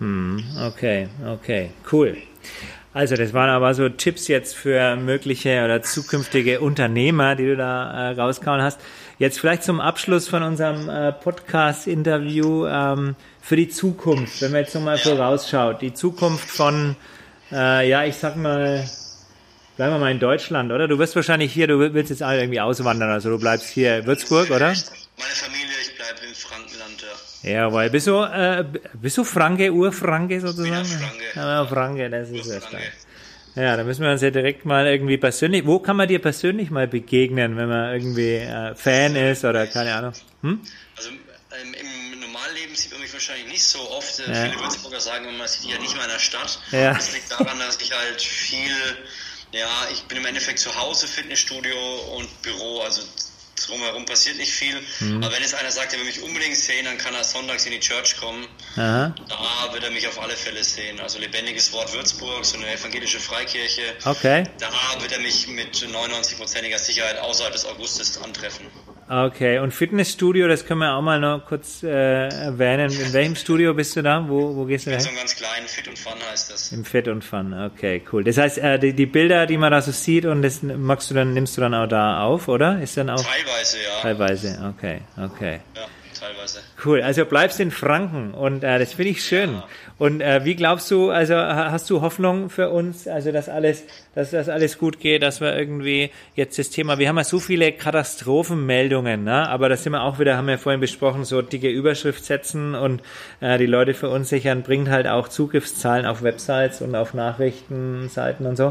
Okay, okay, cool. Also das waren aber so Tipps jetzt für mögliche oder zukünftige Unternehmer, die du da äh, rausgehauen hast. Jetzt vielleicht zum Abschluss von unserem äh, Podcast-Interview ähm, für die Zukunft, wenn man jetzt nochmal vorausschaut, die Zukunft von, äh, ja, ich sag mal, bleiben wir mal in Deutschland, oder? Du wirst wahrscheinlich hier, du willst jetzt alle irgendwie auswandern, also du bleibst hier in Würzburg, oder? Meine Familie, ich bleibe im Frankenland, ja. Ja, weil bist du, äh, bist du Franke, Urfranke sozusagen? Ich bin Franke. Ja, Franke, das ist ja stark. Ja, da müssen wir uns ja direkt mal irgendwie persönlich, wo kann man dir persönlich mal begegnen, wenn man irgendwie äh, Fan ist oder keine Ahnung? Hm? Also ähm, im Normalleben sieht man mich wahrscheinlich nicht so oft. Äh, ja. Viele Würzburger sagen, man sieht ja nicht mal in der Stadt. Ja. Das liegt daran, dass ich halt viel, ja, ich bin im Endeffekt zu Hause, Fitnessstudio und Büro, also drumherum passiert nicht viel, mhm. aber wenn jetzt einer sagt, er will mich unbedingt sehen, dann kann er sonntags in die Church kommen. Aha. Da wird er mich auf alle Fälle sehen. Also lebendiges Wort Würzburg, so eine evangelische Freikirche. Okay. Da wird er mich mit neunundneunzig-prozentiger Sicherheit außerhalb des Augustes antreffen. Okay, und Fitnessstudio, das können wir auch mal noch kurz äh, erwähnen. In welchem Studio bist du da? Wo, wo gehst du da? In so einem ganz kleinen, Fit und Fun heißt das. Im Fit und Fun, okay, cool. Das heißt, äh, die, die Bilder, die man da so sieht, und das magst du dann, nimmst du dann auch da auf, oder? Ist dann auch? Teilweise, ja. Teilweise, okay, okay. Ja. Teilweise. Cool, also bleibst in Franken und äh, das finde ich schön. Ja. Und äh, wie glaubst du, also hast du Hoffnung für uns, also dass alles, dass das alles gut geht, dass wir irgendwie jetzt das Thema, wir haben ja so viele Katastrophenmeldungen, ne? Aber das sind wir auch wieder, haben wir vorhin besprochen, so dicke Überschrift setzen und äh, die Leute verunsichern, bringt halt auch Zugriffszahlen auf Websites und auf Nachrichtenseiten und so.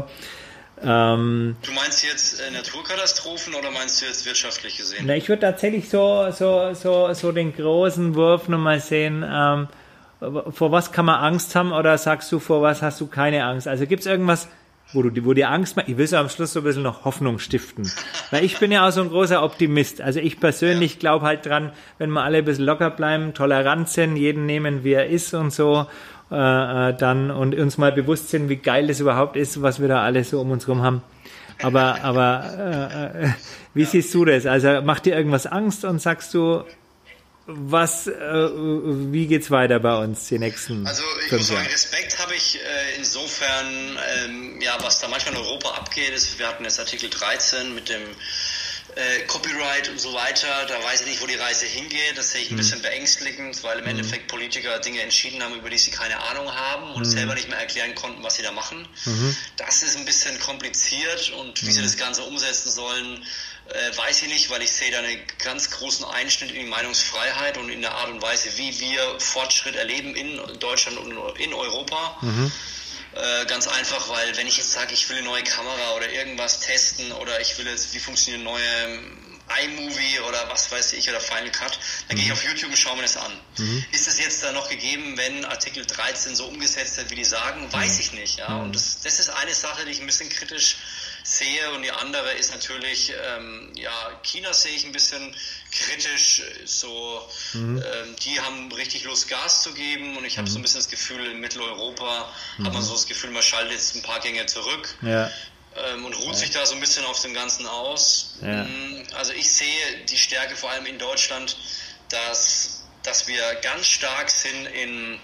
Ähm, du meinst jetzt äh, Naturkatastrophen oder meinst du jetzt wirtschaftlich gesehen? Na, ich würde tatsächlich so, so, so, so den großen Wurf nochmal sehen, ähm, vor was kann man Angst haben oder sagst du, vor was hast du keine Angst? Also gibt es irgendwas, wo du wo dir Angst machst? Ich will so am Schluss so ein bisschen noch Hoffnung stiften. Weil ich bin ja auch so ein großer Optimist. Also ich persönlich ja. glaube halt dran, wenn wir alle ein bisschen locker bleiben, tolerant sind, jeden nehmen, wie er ist und so, äh, dann und uns mal bewusst sind, wie geil das überhaupt ist, was wir da alles so um uns rum haben. Aber, aber äh, äh, wie ja. siehst du das? Also macht dir irgendwas Angst und sagst du, was, äh, wie geht's weiter bei uns die nächsten Also ich fünf muss sagen, Jahre? Respekt habe ich äh, insofern, ähm, ja, was da manchmal in Europa abgeht, ist, wir hatten jetzt Artikel dreizehn mit dem äh, Copyright und so weiter, da weiß ich nicht, wo die Reise hingeht, das sehe ich ein mhm. bisschen beängstigend, weil im mhm. Endeffekt Politiker Dinge entschieden haben, über die sie keine Ahnung haben und mhm. selber nicht mehr erklären konnten, was sie da machen. Mhm. Das ist ein bisschen kompliziert und wie mhm. sie das Ganze umsetzen sollen, Äh, weiß ich nicht, weil ich sehe da einen ganz großen Einschnitt in die Meinungsfreiheit und in der Art und Weise, wie wir Fortschritt erleben in Deutschland und in Europa. Mhm. Äh, ganz einfach, weil wenn ich jetzt sage, ich will eine neue Kamera oder irgendwas testen oder ich will jetzt, wie funktioniert eine neue iMovie oder was weiß ich oder Final Cut, dann mhm. gehe ich auf YouTube und schaue mir das an. Mhm. Ist es jetzt da noch gegeben, wenn Artikel dreizehn so umgesetzt wird, wie die sagen? Weiß ich nicht. Ja? Und das, das ist eine Sache, die ich ein bisschen kritisch sehe und die andere ist natürlich, ähm, ja, China sehe ich ein bisschen kritisch, so, mhm. ähm, die haben richtig Lust Gas zu geben und ich habe mhm. so ein bisschen das Gefühl, in Mitteleuropa mhm. hat man so das Gefühl, man schaltet jetzt ein paar Gänge zurück ja. ähm, und ruht ja. sich da so ein bisschen auf dem Ganzen aus. Ja. Also ich sehe die Stärke vor allem in Deutschland, dass, dass wir ganz stark sind in,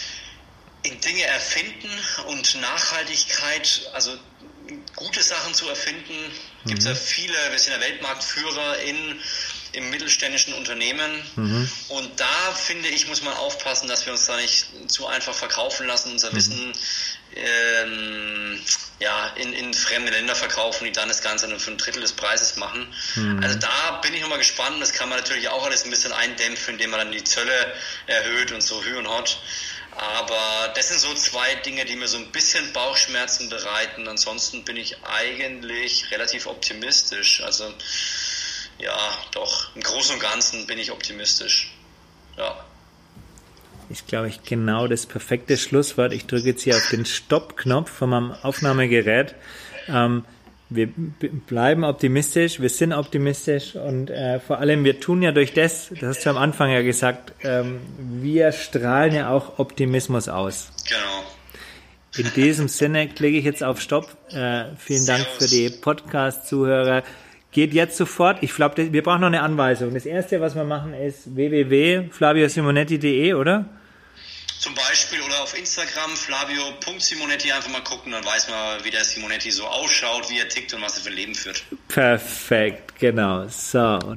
in Dinge erfinden und Nachhaltigkeit, also gute Sachen zu erfinden, gibt es mhm. ja viele, wir sind ja Weltmarktführer in, im mittelständischen Unternehmen mhm. und da finde ich, muss man aufpassen, dass wir uns da nicht zu einfach verkaufen lassen, unser mhm. Wissen ähm, ja, in, in fremde Länder verkaufen, die dann das Ganze nur für ein Drittel des Preises machen. Mhm. Also da bin ich nochmal gespannt, das kann man natürlich auch alles ein bisschen eindämpfen, indem man dann die Zölle erhöht und so hü und hot. Aber das sind so zwei Dinge, die mir so ein bisschen Bauchschmerzen bereiten. Ansonsten bin ich eigentlich relativ optimistisch. Also ja, doch, im Großen und Ganzen bin ich optimistisch. Ja. ist, glaube ich, genau das perfekte Schlusswort. Ich drücke jetzt hier auf den Stopp-Knopf von meinem Aufnahmegerät. Ähm, wir b- bleiben optimistisch, wir sind optimistisch und äh, vor allem, wir tun ja durch das, das hast du am Anfang ja gesagt, ähm, wir strahlen ja auch Optimismus aus. Genau. In diesem Sinne klicke ich jetzt auf Stopp. Äh, vielen Dank für die Podcast-Zuhörer. Geht jetzt sofort. Ich glaube, wir brauchen noch eine Anweisung. Das erste, was wir machen, ist w w w punkt flavio simonetti punkt de, oder? Zum Beispiel oder auf Instagram flavio punkt simonetti einfach mal gucken, dann weiß man, wie der Simonetti so ausschaut, wie er tickt und was er für ein Leben führt. Perfekt, genau. So.